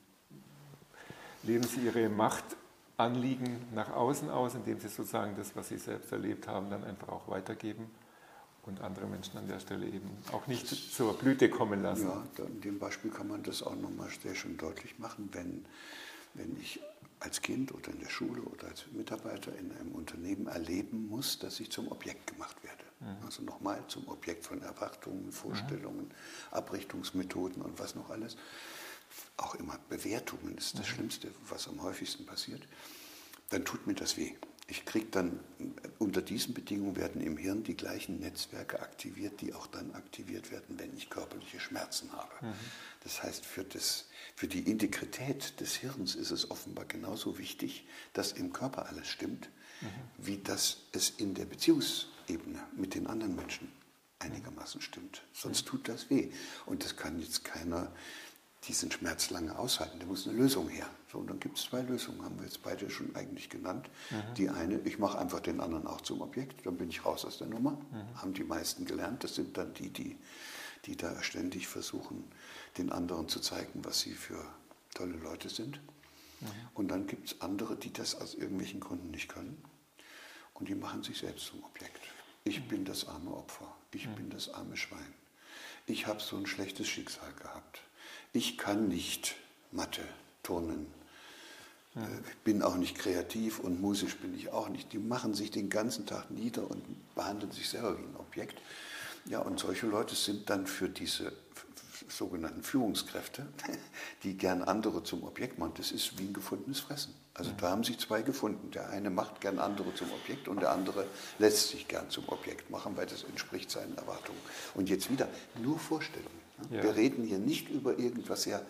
leben sie ihre Machtanliegen nach außen aus, indem sie sozusagen das, was sie selbst erlebt haben, dann einfach auch weitergeben und andere Menschen an der Stelle eben auch nicht zur Blüte kommen lassen. Ja, in dem Beispiel kann man das auch nochmal sehr schön deutlich machen, wenn ich als Kind oder in der Schule oder als Mitarbeiter in einem Unternehmen erleben muss, dass ich zum Objekt gemacht werde. Also nochmal zum Objekt von Erwartungen, Vorstellungen, Abrichtungsmethoden und was noch alles. Auch immer Bewertungen ist das Schlimmste, was am häufigsten passiert. Dann tut mir das weh. Ich kriege dann, unter diesen Bedingungen werden im Hirn die gleichen Netzwerke aktiviert, die auch dann aktiviert werden, wenn ich körperliche Schmerzen habe. Das heißt, für die Integrität des Hirns ist es offenbar genauso wichtig, dass im Körper alles stimmt, wie dass es in der Beziehungsebene mit den anderen Menschen einigermaßen stimmt. Sonst tut das weh. Und das kann jetzt keiner diesen Schmerz lange aushalten. Da muss eine Lösung her. So, und dann gibt es zwei Lösungen, haben wir jetzt beide schon eigentlich genannt. Die eine, ich mache einfach den anderen auch zum Objekt, dann bin ich raus aus der Nummer. Haben die meisten gelernt. Das sind dann die da ständig versuchen, den anderen zu zeigen, was sie für tolle Leute sind. Und dann gibt es andere, die das aus irgendwelchen Gründen nicht können. Und die machen sich selbst zum Objekt. Ich bin das arme Opfer. Ich bin das arme Schwein. Ich habe so ein schlechtes Schicksal gehabt. Ich kann nicht Mathe, Turnen, ich bin auch nicht kreativ und musisch bin ich auch nicht. Die machen sich den ganzen Tag nieder und behandeln sich selber wie ein Objekt. Ja, und solche Leute sind dann für diese sogenannten Führungskräfte, die gern andere zum Objekt machen. Das ist wie ein gefundenes Fressen. Also da haben sich zwei gefunden. Der eine macht gern andere zum Objekt und der andere lässt sich gern zum Objekt machen, weil das entspricht seinen Erwartungen. Und jetzt wieder nur Vorstellungen. Ja. Wir reden hier nicht über irgendwas sehr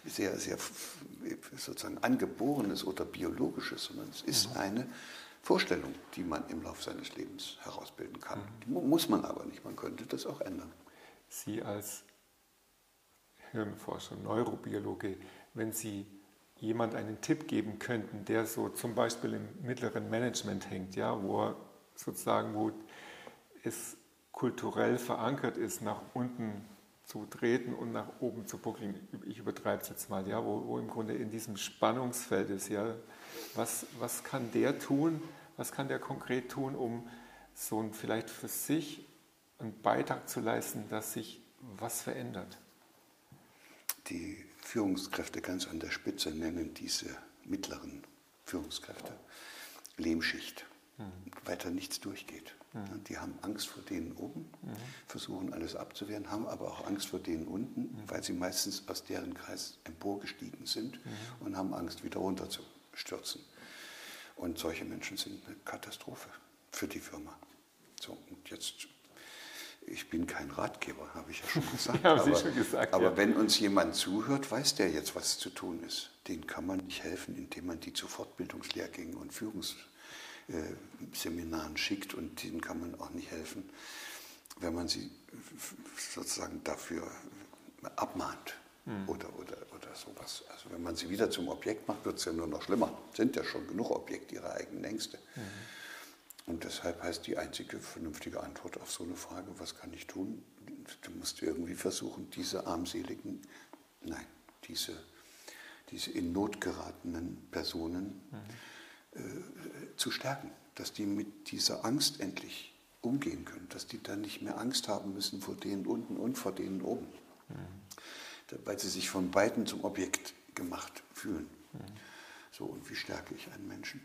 sozusagen Angeborenes oder Biologisches, sondern es ist eine Vorstellung, die man im Laufe seines Lebens herausbilden kann. Die muss man aber nicht, man könnte das auch ändern. Sie als Hirnforscher, Neurobiologe, wenn Sie jemand einen Tipp geben könnten, der so zum Beispiel im mittleren Management hängt, ja, wo es kulturell verankert ist, nach unten zu treten und nach oben zu buckeln, ich übertreibe es jetzt mal, ja, wo im Grunde in diesem Spannungsfeld ist, ja, was kann der tun, was kann der konkret tun, um so vielleicht für sich einen Beitrag zu leisten, dass sich was verändert? Die Führungskräfte ganz an der Spitze nennen diese mittleren Führungskräfte Lehmschicht, weiter nichts durchgeht. Die haben Angst vor denen oben, versuchen alles abzuwehren, haben aber auch Angst vor denen unten, weil sie meistens aus deren Kreis emporgestiegen sind und haben Angst, wieder runterzustürzen. Und solche Menschen sind eine Katastrophe für die Firma. So, und jetzt, ich bin kein Ratgeber, habe ich ja schon gesagt. Aber wenn uns jemand zuhört, weiß der jetzt, was zu tun ist. Den kann man nicht helfen, indem man die zu Fortbildungslehrgängen und Führungsseminaren schickt, und denen kann man auch nicht helfen, wenn man sie sozusagen dafür abmahnt oder sowas. Also wenn man sie wieder zum Objekt macht, wird es ja nur noch schlimmer. Sind ja schon genug Objekte, ihre eigenen Ängste. Und deshalb heißt die einzige vernünftige Antwort auf so eine Frage, was kann ich tun? Du musst irgendwie versuchen, diese diese in Not geratenen Personen zu stärken, dass die mit dieser Angst endlich umgehen können, dass die dann nicht mehr Angst haben müssen vor denen unten und vor denen oben, weil sie sich von beiden zum Objekt gemacht fühlen. So, und wie stärke ich einen Menschen?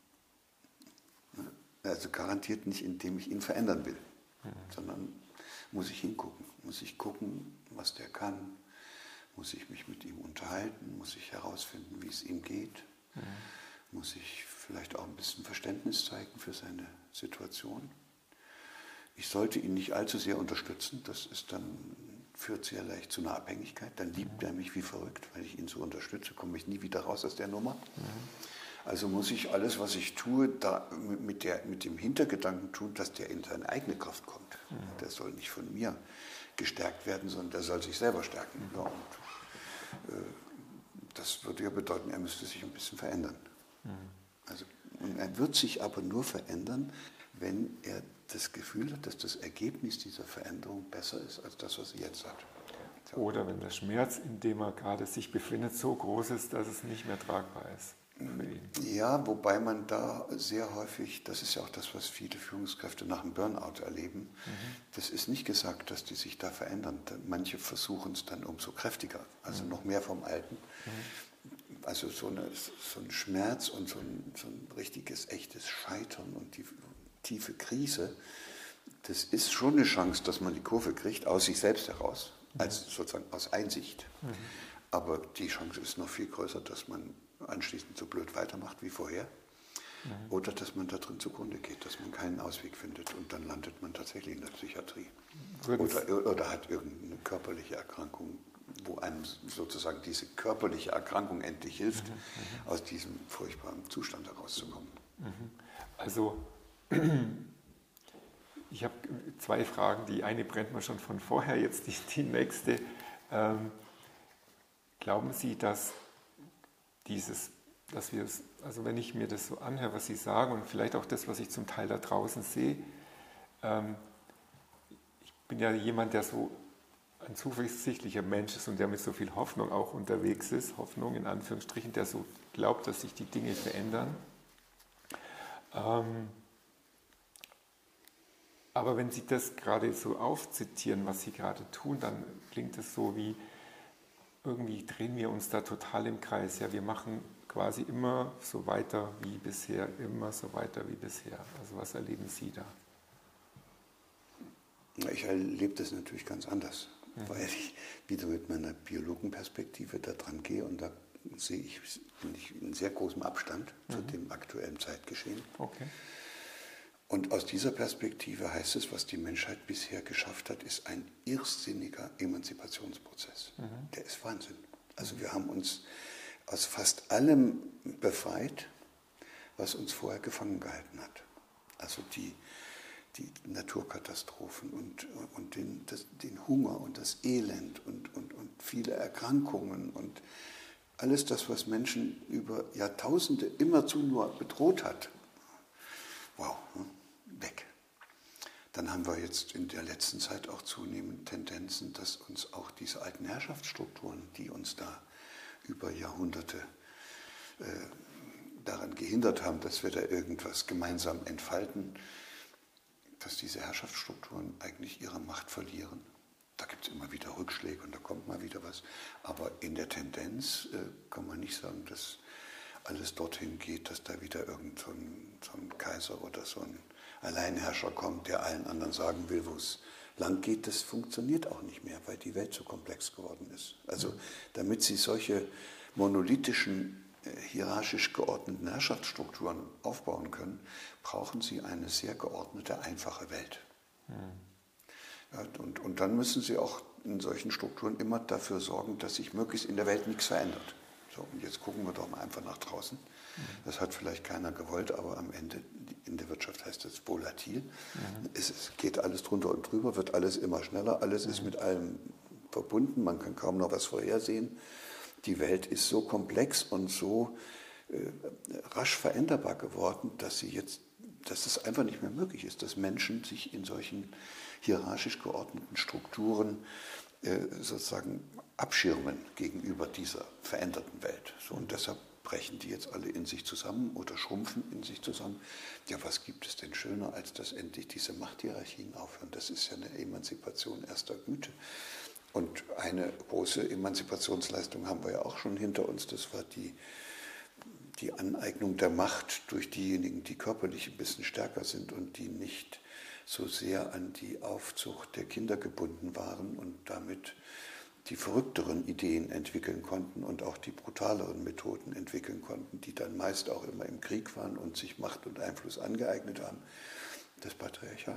Also garantiert nicht, indem ich ihn verändern will, sondern muss ich hingucken, muss ich gucken, was der kann, muss ich mich mit ihm unterhalten, muss ich herausfinden, wie es ihm geht, muss ich vielleicht auch ein bisschen Verständnis zeigen für seine Situation. Ich sollte ihn nicht allzu sehr unterstützen, das ist dann führt sehr leicht zu einer Abhängigkeit. Dann liebt er mich wie verrückt, weil ich ihn so unterstütze, komme ich nie wieder raus aus der Nummer. Also muss ich alles, was ich tue, da mit dem Hintergedanken tun, dass der in seine eigene Kraft kommt. Der soll nicht von mir gestärkt werden, sondern der soll sich selber stärken. Ja, und, das würde ja bedeuten, er müsste sich ein bisschen verändern. Also, und er wird sich aber nur verändern, wenn er das Gefühl hat, dass das Ergebnis dieser Veränderung besser ist als das, was er jetzt hat. So. Oder wenn der Schmerz, in dem er gerade sich befindet, so groß ist, dass es nicht mehr tragbar ist für ihn. Ja, wobei man da sehr häufig, das ist ja auch das, was viele Führungskräfte nach dem Burnout erleben, das ist nicht gesagt, dass die sich da verändern. Manche versuchen es dann umso kräftiger, also noch mehr vom Alten. Also so ein Schmerz und so ein richtiges, echtes Scheitern und die tiefe Krise, das ist schon eine Chance, dass man die Kurve kriegt, aus sich selbst heraus, als sozusagen aus Einsicht. Aber die Chance ist noch viel größer, dass man anschließend so blöd weitermacht wie vorher. Oder dass man da drin zugrunde geht, dass man keinen Ausweg findet und dann landet man tatsächlich in der Psychiatrie. Oder hat irgendeine körperliche Erkrankung, wo einem sozusagen diese körperliche Erkrankung endlich hilft, aus diesem furchtbaren Zustand herauszukommen. Also ich habe zwei Fragen. Die eine brennt mir schon von vorher, jetzt die nächste. Glauben Sie, dass wir es, also wenn ich mir das so anhöre, was Sie sagen und vielleicht auch das, was ich zum Teil da draußen sehe, ich bin ja jemand, der so ein zuversichtlicher Mensch ist und der mit so viel Hoffnung auch unterwegs ist, Hoffnung in Anführungsstrichen, der so glaubt, dass sich die Dinge verändern. Aber wenn Sie das gerade so aufzitieren, was Sie gerade tun, dann klingt es so wie, irgendwie drehen wir uns da total im Kreis. Ja, wir machen quasi immer so weiter wie bisher, immer so weiter wie bisher. Also was erleben Sie da? Ich erlebe das natürlich ganz anders, weil ich wieder mit meiner Biologenperspektive da dran gehe und da sehe ich in sehr großem Abstand zu dem aktuellen Zeitgeschehen. Okay. Und aus dieser Perspektive heißt es, was die Menschheit bisher geschafft hat, ist ein irrsinniger Emanzipationsprozess. Der ist Wahnsinn. Also wir haben uns aus fast allem befreit, was uns vorher gefangen gehalten hat. Also die Naturkatastrophen und den Hunger und das Elend und viele Erkrankungen und alles das, was Menschen über Jahrtausende immerzu nur bedroht hat. Wow, weg. Dann haben wir jetzt in der letzten Zeit auch zunehmend Tendenzen, dass uns auch diese alten Herrschaftsstrukturen, die uns da über Jahrhunderte daran gehindert haben, dass wir da irgendwas gemeinsam entfalten, dass diese Herrschaftsstrukturen eigentlich ihre Macht verlieren. Da gibt es immer wieder Rückschläge und da kommt mal wieder was. Aber in der Tendenz kann man nicht sagen, dass alles dorthin geht, dass da wieder irgend so ein Kaiser oder so ein Alleinherrscher kommt, der allen anderen sagen will, wo es lang geht. Das funktioniert auch nicht mehr, weil die Welt so komplex geworden ist. Also damit Sie solche monolithischen, hierarchisch geordneten Herrschaftsstrukturen aufbauen können, brauchen Sie eine sehr geordnete, einfache Welt. Ja, und dann müssen Sie auch in solchen Strukturen immer dafür sorgen, dass sich möglichst in der Welt nichts verändert. So, und jetzt gucken wir doch mal einfach nach draußen. Das hat vielleicht keiner gewollt, aber am Ende, in der Wirtschaft heißt das volatil. Es geht alles drunter und drüber, wird alles immer schneller, alles ist mit allem verbunden, man kann kaum noch was vorhersehen. Die Welt ist so komplex und so rasch veränderbar geworden, dass es einfach nicht mehr möglich ist, dass Menschen sich in solchen hierarchisch geordneten Strukturen sozusagen abschirmen gegenüber dieser veränderten Welt. So, und deshalb brechen die jetzt alle in sich zusammen oder schrumpfen in sich zusammen. Ja, was gibt es denn schöner, als dass endlich diese Machthierarchien aufhören? Das ist ja eine Emanzipation erster Güte. Und eine große Emanzipationsleistung haben wir ja auch schon hinter uns. Das war die Aneignung der Macht durch diejenigen, die körperlich ein bisschen stärker sind und die nicht so sehr an die Aufzucht der Kinder gebunden waren und damit die verrückteren Ideen entwickeln konnten und auch die brutaleren Methoden entwickeln konnten, die dann meist auch immer im Krieg waren und sich Macht und Einfluss angeeignet haben. Das Patriarchat.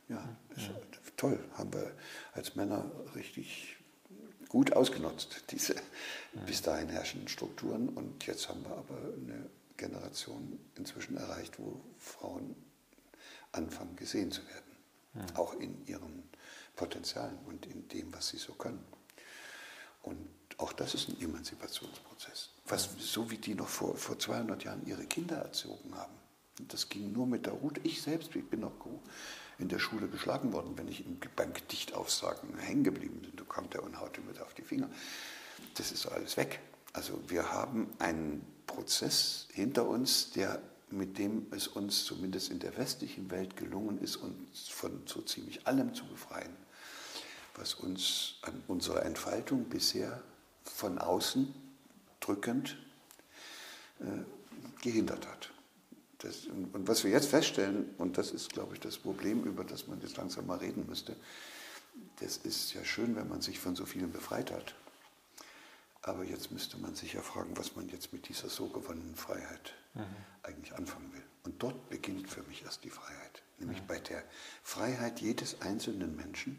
Ja, ist toll. Haben wir als Männer richtig gut ausgenutzt, diese bis dahin herrschenden Strukturen. Und jetzt haben wir aber eine Generation inzwischen erreicht, wo Frauen anfangen gesehen zu werden. Auch in ihren Potenzialen und in dem, was sie so können. Und auch das ist ein Emanzipationsprozess. So wie die noch vor 200 Jahren ihre Kinder erzogen haben. Und das ging nur mit der Rute. Ich bin noch in der Schule geschlagen worden, wenn ich beim Gedichtaufsagen hängen geblieben bin. Da kam der und haute mir auf die Finger. Das ist alles weg. Also wir haben einen Prozess hinter uns, mit dem es uns zumindest in der westlichen Welt gelungen ist, uns von so ziemlich allem zu befreien, was uns an unserer Entfaltung bisher von außen drückend gehindert hat. Und was wir jetzt feststellen, und das ist, glaube ich, das Problem, über das man jetzt langsam mal reden müsste, das ist ja schön, wenn man sich von so vielen befreit hat. Aber jetzt müsste man sich ja fragen, was man jetzt mit dieser so gewonnenen Freiheit eigentlich anfangen will. Und dort beginnt für mich erst die Freiheit. Nämlich bei der Freiheit jedes einzelnen Menschen,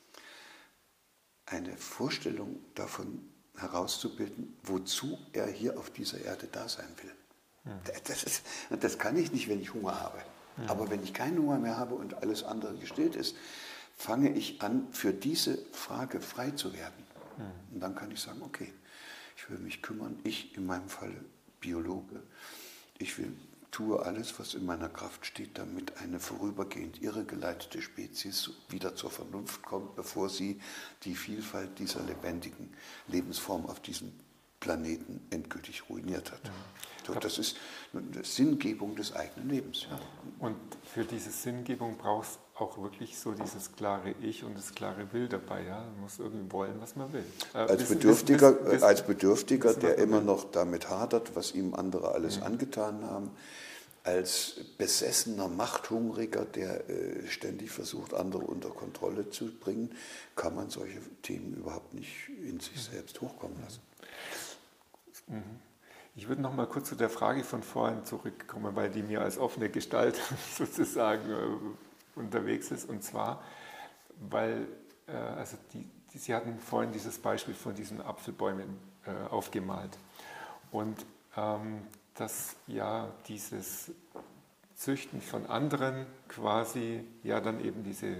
eine Vorstellung davon herauszubilden, wozu er hier auf dieser Erde da sein will. Das kann ich nicht, wenn ich Hunger habe. Aber wenn ich keinen Hunger mehr habe und alles andere gestillt ist, fange ich an, für diese Frage frei zu werden. Und dann kann ich sagen, okay, ich will mich kümmern, ich in meinem Falle Biologe, tue alles, was in meiner Kraft steht, damit eine vorübergehend irregeleitete Spezies wieder zur Vernunft kommt, bevor sie die Vielfalt dieser lebendigen Lebensform auf diesem Planeten endgültig ruiniert hat. So, das ist eine Sinngebung des eigenen Lebens. Ja. Und für diese Sinngebung brauchst du auch wirklich so dieses klare Ich und das klare Will dabei. Ja? Man muss irgendwie wollen, was man will. Als Bedürftiger, der immer noch damit hadert, was ihm andere alles angetan haben, als besessener Machthungriger, der ständig versucht, andere unter Kontrolle zu bringen, kann man solche Themen überhaupt nicht in sich selbst hochkommen lassen. Ich würde noch mal kurz zu der Frage von vorhin zurückkommen, weil die mir als offene Gestalt sozusagen unterwegs ist. Und zwar, weil Sie hatten vorhin dieses Beispiel von diesen Apfelbäumen aufgemalt. Und dass ja dieses Züchten von anderen quasi ja dann eben diese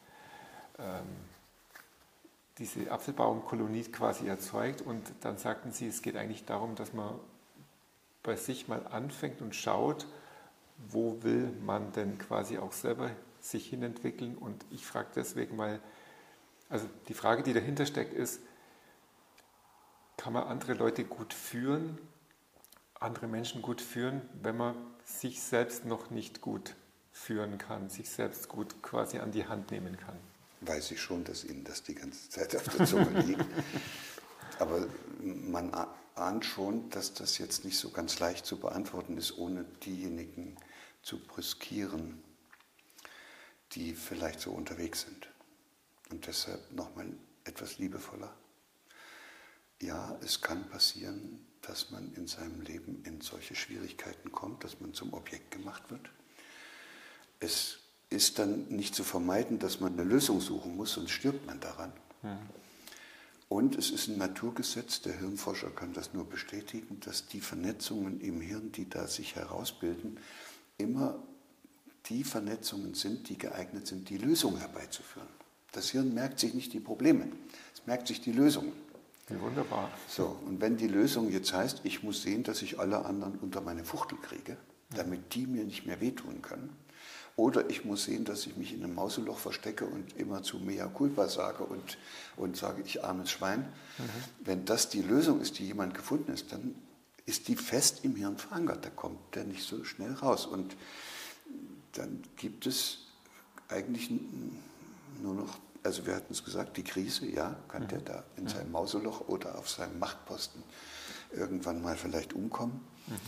Apfelbaumkolonie quasi erzeugt. Und dann sagten Sie, es geht eigentlich darum, dass man bei sich mal anfängt und schaut, wo will man denn quasi auch selber sich hinentwickeln. Und ich frage deswegen mal, also die Frage, die dahinter steckt, ist, kann man andere Leute gut führen, andere Menschen gut führen, wenn man sich selbst noch nicht gut führen kann, sich selbst gut quasi an die Hand nehmen kann? Weiß ich schon, dass Ihnen das die ganze Zeit auf der Zunge liegt. Aber man ahnt schon, dass das jetzt nicht so ganz leicht zu beantworten ist, ohne diejenigen zu brüskieren, die vielleicht so unterwegs sind. Und deshalb nochmal etwas liebevoller. Ja, es kann passieren, dass man in seinem Leben in solche Schwierigkeiten kommt, dass man zum Objekt gemacht wird. Es ist dann nicht zu vermeiden, dass man eine Lösung suchen muss, sonst stirbt man daran. Und es ist ein Naturgesetz, der Hirnforscher kann das nur bestätigen, dass die Vernetzungen im Hirn, die da sich herausbilden, immer die Vernetzungen sind, die geeignet sind, die Lösung herbeizuführen. Das Hirn merkt sich nicht die Probleme, es merkt sich die Lösungen. Ja, wunderbar. So, und wenn die Lösung jetzt heißt, ich muss sehen, dass ich alle anderen unter meine Fuchtel kriege, damit die mir nicht mehr wehtun können, oder ich muss sehen, dass ich mich in einem Mauseloch verstecke und immer zu mea culpa sage und sage, ich armes Schwein. Wenn das die Lösung ist, die jemand gefunden ist, dann ist die fest im Hirn verankert. Da kommt der nicht so schnell raus. Und dann gibt es eigentlich nur noch, also wir hatten es gesagt, die Krise, ja, kann der da in seinem Mauseloch oder auf seinem Machtposten irgendwann mal vielleicht umkommen.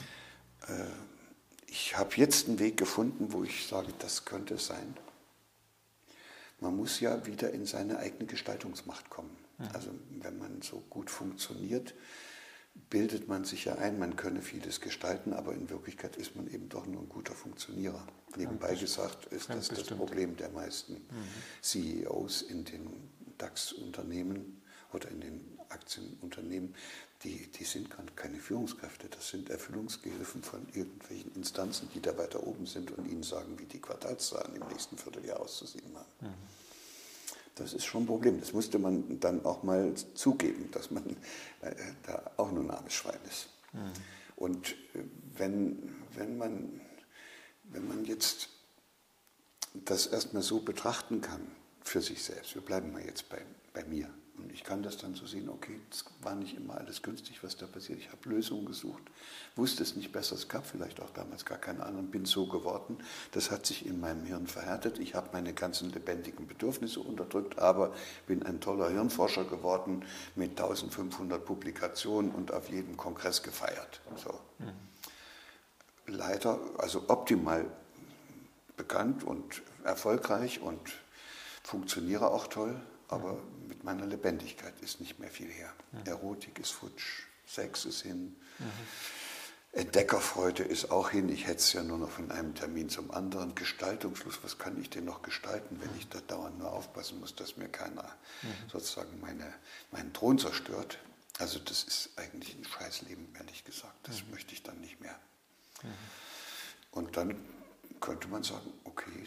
Ich habe jetzt einen Weg gefunden, wo ich sage, das könnte es sein. Man muss ja wieder in seine eigene Gestaltungsmacht kommen. Also wenn man so gut funktioniert, bildet man sich ja ein, man könne vieles gestalten, aber in Wirklichkeit ist man eben doch nur ein guter Funktionierer. Nebenbei gesagt ist das das Problem der meisten CEOs in den DAX-Unternehmen oder in den Aktienunternehmen, die sind keine Führungskräfte, das sind Erfüllungsgehilfen von irgendwelchen Instanzen, die da weiter oben sind und ihnen sagen, wie die Quartalszahlen im nächsten Vierteljahr auszusehen haben. Das ist schon ein Problem. Das musste man dann auch mal zugeben, dass man da auch nur ein armes Schwein ist. Und wenn man jetzt das erstmal so betrachten kann für sich selbst, wir bleiben mal jetzt bei mir, und ich kann das dann so sehen, okay, es war nicht immer alles günstig, was da passiert. Ich habe Lösungen gesucht, wusste es nicht besser, es gab vielleicht auch damals gar keine anderen, bin so geworden. Das hat sich in meinem Hirn verhärtet. Ich habe meine ganzen lebendigen Bedürfnisse unterdrückt, aber bin ein toller Hirnforscher geworden mit 1500 Publikationen und auf jedem Kongress gefeiert. So. Leider, also optimal bekannt und erfolgreich und funktioniere auch toll, aber mit meiner Lebendigkeit ist nicht mehr viel her. Erotik ist futsch, Sex ist hin, Entdeckerfreude ist auch hin. Ich hätte es ja nur noch von einem Termin zum anderen. Gestaltungslust, was kann ich denn noch gestalten, wenn ich da dauernd nur aufpassen muss, dass mir keiner sozusagen meinen Thron zerstört. Also das ist eigentlich ein Scheißleben, ehrlich gesagt. Das möchte ich dann nicht mehr. Und dann könnte man sagen, okay,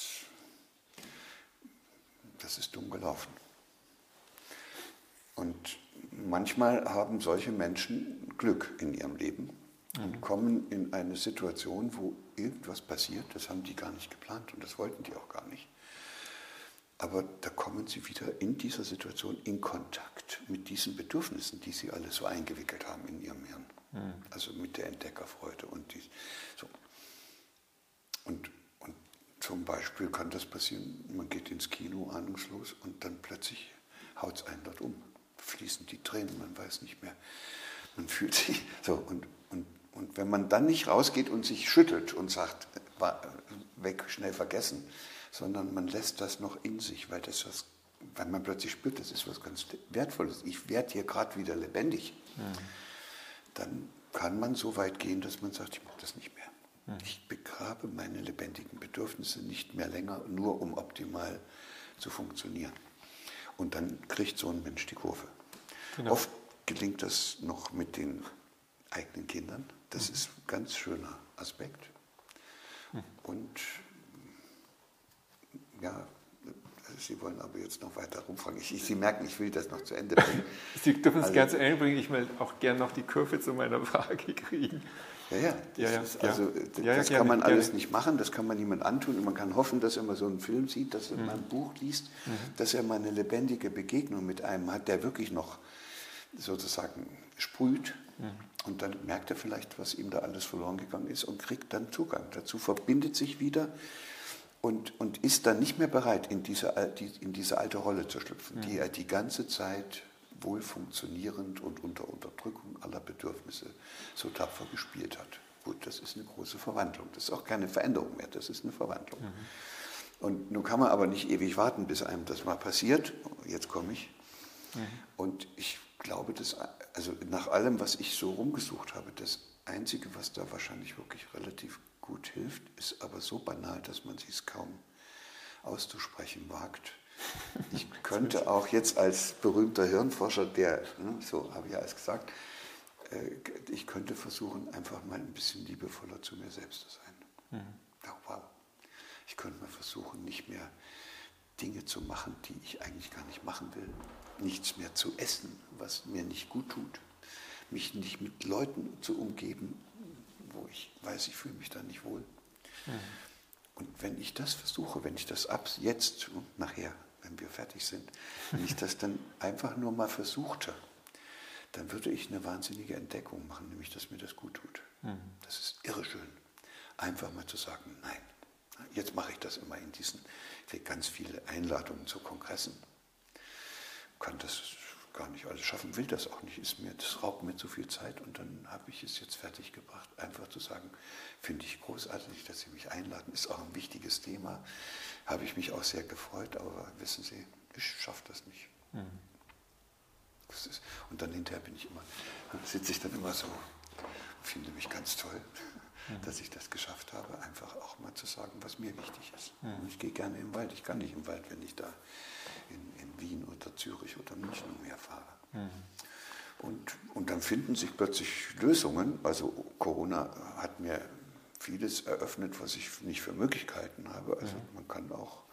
das ist dumm gelaufen. Und manchmal haben solche Menschen Glück in ihrem Leben und kommen in eine Situation, wo irgendwas passiert, das haben die gar nicht geplant und das wollten die auch gar nicht. Aber da kommen sie wieder in dieser Situation in Kontakt mit diesen Bedürfnissen, die sie alle so eingewickelt haben in ihrem Hirn. Also mit der Entdeckerfreude und so. Und zum Beispiel kann das passieren, man geht ins Kino ahnungslos und dann plötzlich haut es einen dort um. Fließen die Tränen, man weiß nicht mehr. Man fühlt sich so. Und wenn man dann nicht rausgeht und sich schüttelt und sagt, weg, schnell vergessen, sondern man lässt das noch in sich, weil man plötzlich spürt, das ist was ganz Wertvolles. Ich werde hier gerade wieder lebendig. Dann kann man so weit gehen, dass man sagt, ich mache das nicht mehr. Ich begrabe meine lebendigen Bedürfnisse nicht mehr länger, nur um optimal zu funktionieren. Und dann kriegt so ein Mensch die Kurve. Genau. Oft gelingt das noch mit den eigenen Kindern. Das ist ein ganz schöner Aspekt. Und ja, Sie wollen aber jetzt noch weiter rumfragen. Sie merken, ich will das noch zu Ende bringen. Sie dürfen es gerne zu Ende bringen. Ich will auch gerne noch die Kurve zu meiner Frage kriegen. Das kann man alles nicht machen, das kann man niemand antun. Und man kann hoffen, dass er mal so einen Film sieht, dass er mal ein Buch liest, dass er mal eine lebendige Begegnung mit einem hat, der wirklich noch sozusagen sprüht. Und dann merkt er vielleicht, was ihm da alles verloren gegangen ist und kriegt dann Zugang dazu, verbindet sich wieder und ist dann nicht mehr bereit, in diese alte Rolle zu schlüpfen, die er die ganze Zeit wohl funktionierend und unter Unterdrückung aller Bedürfnisse so tapfer gespielt hat. Gut, das ist eine große Verwandlung. Das ist auch keine Veränderung mehr, das ist eine Verwandlung. Und nun kann man aber nicht ewig warten, bis einem das mal passiert. Jetzt komme ich. Und ich glaube, also nach allem, was ich so rumgesucht habe, das Einzige, was da wahrscheinlich wirklich relativ gut hilft, ist aber so banal, dass man es kaum auszusprechen wagt. Ich könnte auch jetzt als berühmter Hirnforscher, so habe ich ja alles gesagt, ich könnte versuchen, einfach mal ein bisschen liebevoller zu mir selbst zu sein. Wow. Ich könnte mal versuchen, nicht mehr Dinge zu machen, die ich eigentlich gar nicht machen will. Nichts mehr zu essen, was mir nicht gut tut. Mich nicht mit Leuten zu umgeben, wo ich weiß, ich fühle mich da nicht wohl. Und wenn ich das versuche, wenn ich das ab jetzt und nachher, wenn wir fertig sind, wenn ich das dann einfach nur mal versuchte, dann würde ich eine wahnsinnige Entdeckung machen, nämlich, dass mir das gut tut. Das ist irre schön. Einfach mal zu sagen, nein. Jetzt mache ich das immer ich kriege ganz viele Einladungen zu Kongressen. Kann das gar nicht alles schaffen, will das auch nicht. Das raubt mir zu viel Zeit und dann habe ich es jetzt fertig gebracht. Einfach zu sagen, finde ich großartig, dass Sie mich einladen, ist auch ein wichtiges Thema. Habe ich mich auch sehr gefreut, aber wissen Sie, ich schaffe das nicht. Und dann hinterher sitze ich dann immer so, finde mich ganz toll, dass ich das geschafft habe, einfach auch mal zu sagen, was mir wichtig ist. Und ich gehe gerne im Wald. Ich kann nicht im Wald, wenn ich da in Wien oder Zürich oder München umherfahre. Und dann finden sich plötzlich Lösungen. Also Corona hat mir vieles eröffnet, was ich nicht für Möglichkeiten habe. Also man kann auch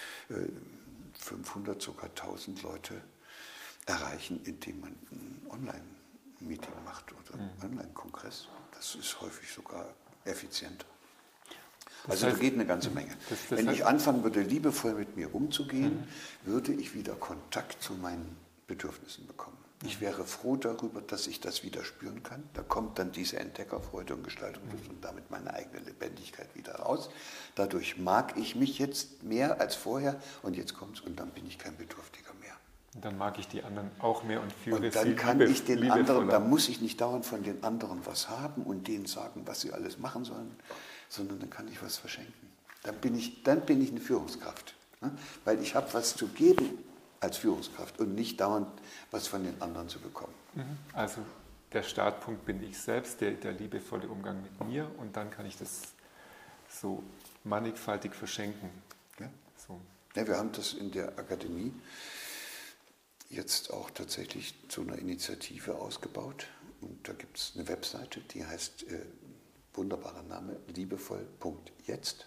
500, sogar 1000 Leute erreichen, indem man ein Online-Meeting macht oder einen Online-Kongress. Das ist häufig sogar effizienter. Also da geht eine ganze Menge. Wenn ich anfangen würde, liebevoll mit mir umzugehen, würde ich wieder Kontakt zu meinen Bedürfnissen bekommen. Ich wäre froh darüber, dass ich das wieder spüren kann. Da kommt dann diese Entdeckerfreude und Gestaltungslust und damit meine eigene Lebendigkeit wieder raus. Dadurch mag ich mich jetzt mehr als vorher und jetzt kommt's und dann bin ich kein Bedürftiger mehr. Und dann mag ich die anderen auch mehr und führe sie und dann kann ich den anderen, da muss ich nicht dauernd von den anderen was haben und denen sagen, was sie alles machen sollen, sondern dann kann ich was verschenken. Dann bin ich eine Führungskraft, ne? Weil ich habe was zu geben als Führungskraft und nicht dauernd was von den anderen zu bekommen. Also der Startpunkt bin ich selbst, der liebevolle Umgang mit mir und dann kann ich das so mannigfaltig verschenken. Ja. So. Ja, wir haben das in der Akademie jetzt auch tatsächlich zu einer Initiative ausgebaut und da gibt es eine Webseite, die heißt, wunderbarer Name, liebevoll.jetzt.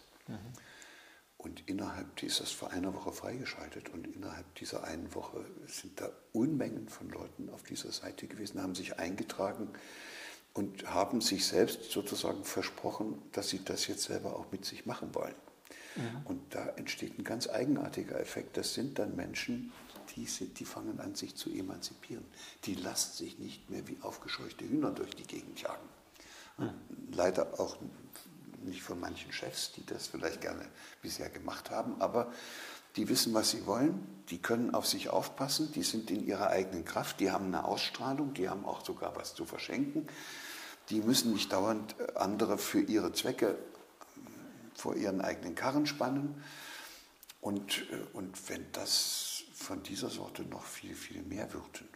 Und die ist das vor einer Woche freigeschaltet und innerhalb dieser einen Woche sind da Unmengen von Leuten auf dieser Seite gewesen, haben sich eingetragen und haben sich selbst sozusagen versprochen, dass sie das jetzt selber auch mit sich machen wollen. Und da entsteht ein ganz eigenartiger Effekt. Das sind dann Menschen, die fangen an, sich zu emanzipieren. Die lassen sich nicht mehr wie aufgescheuchte Hühner durch die Gegend jagen. Leider auch nicht von manchen Chefs, die das vielleicht gerne bisher gemacht haben, aber die wissen, was sie wollen, die können auf sich aufpassen, die sind in ihrer eigenen Kraft, die haben eine Ausstrahlung, die haben auch sogar was zu verschenken, die müssen nicht dauernd andere für ihre Zwecke vor ihren eigenen Karren spannen und wenn das von dieser Sorte noch viel, viel mehr würden,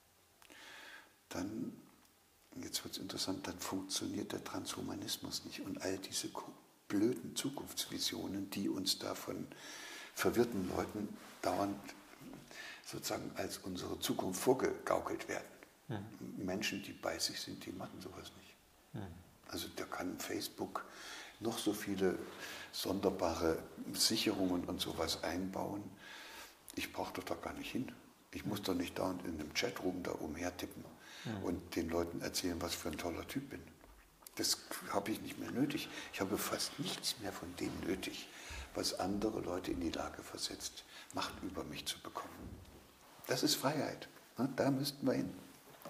dann jetzt wird es interessant, dann funktioniert der Transhumanismus nicht und all diese blöden Zukunftsvisionen, die uns da von verwirrten Leuten dauernd sozusagen als unsere Zukunft vorgegaukelt werden. Menschen, die bei sich sind, die machen sowas nicht. Also da kann Facebook noch so viele sonderbare Sicherungen und sowas einbauen. Ich brauche doch da gar nicht hin. Ich muss doch nicht dauernd in einem Chatroom da umhertippen und den Leuten erzählen, was für ein toller Typ bin. Das habe ich nicht mehr nötig. Ich habe fast nichts mehr von dem nötig, was andere Leute in die Lage versetzt, Macht über mich zu bekommen. Das ist Freiheit. Da müssten wir hin.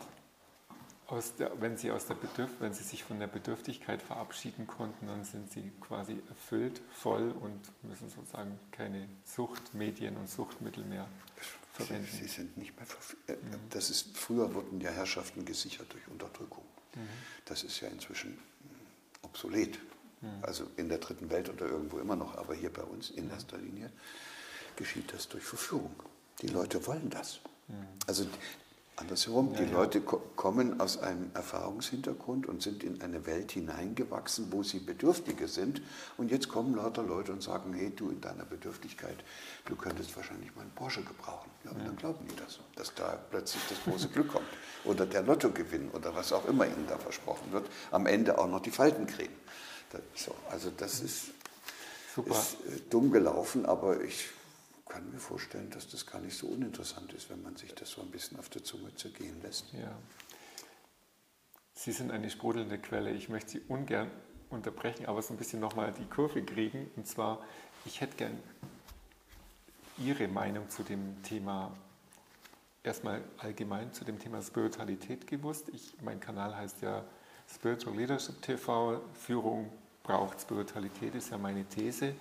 Wenn Sie sich von der Bedürftigkeit verabschieden konnten, dann sind Sie quasi erfüllt, voll und müssen sozusagen keine Suchtmedien und Suchtmittel mehr verwenden. Sie sind nicht mehr früher wurden ja Herrschaften gesichert durch Unterdrückung. Das ist ja inzwischen obsolet. Also in der dritten Welt oder irgendwo immer noch, aber hier bei uns in erster Linie geschieht das durch Verführung. Die Leute wollen das. Also andersherum, die Leute kommen aus einem Erfahrungshintergrund und sind in eine Welt hineingewachsen, wo sie Bedürftige sind. Und jetzt kommen lauter Leute und sagen, hey, du in deiner Bedürftigkeit, du könntest wahrscheinlich mal einen Porsche gebrauchen. Ja, und dann glauben die das, dass da plötzlich das große Glück kommt. Oder der Lottogewinn oder was auch immer ihnen da versprochen wird. Am Ende auch noch die Faltencreme. Also das ist dumm gelaufen, aber ich kann mir vorstellen, dass das gar nicht so uninteressant ist, wenn man sich das so ein bisschen auf der Zunge zergehen lässt. Ja. Sie sind eine sprudelnde Quelle. Ich möchte Sie ungern unterbrechen, aber so ein bisschen nochmal die Kurve kriegen. Und zwar, ich hätte gern Ihre Meinung zu dem Thema, erstmal allgemein zu dem Thema Spiritualität gewusst. Mein Kanal heißt ja Spiritual Leadership TV. Führung braucht Spiritualität, ist ja meine These.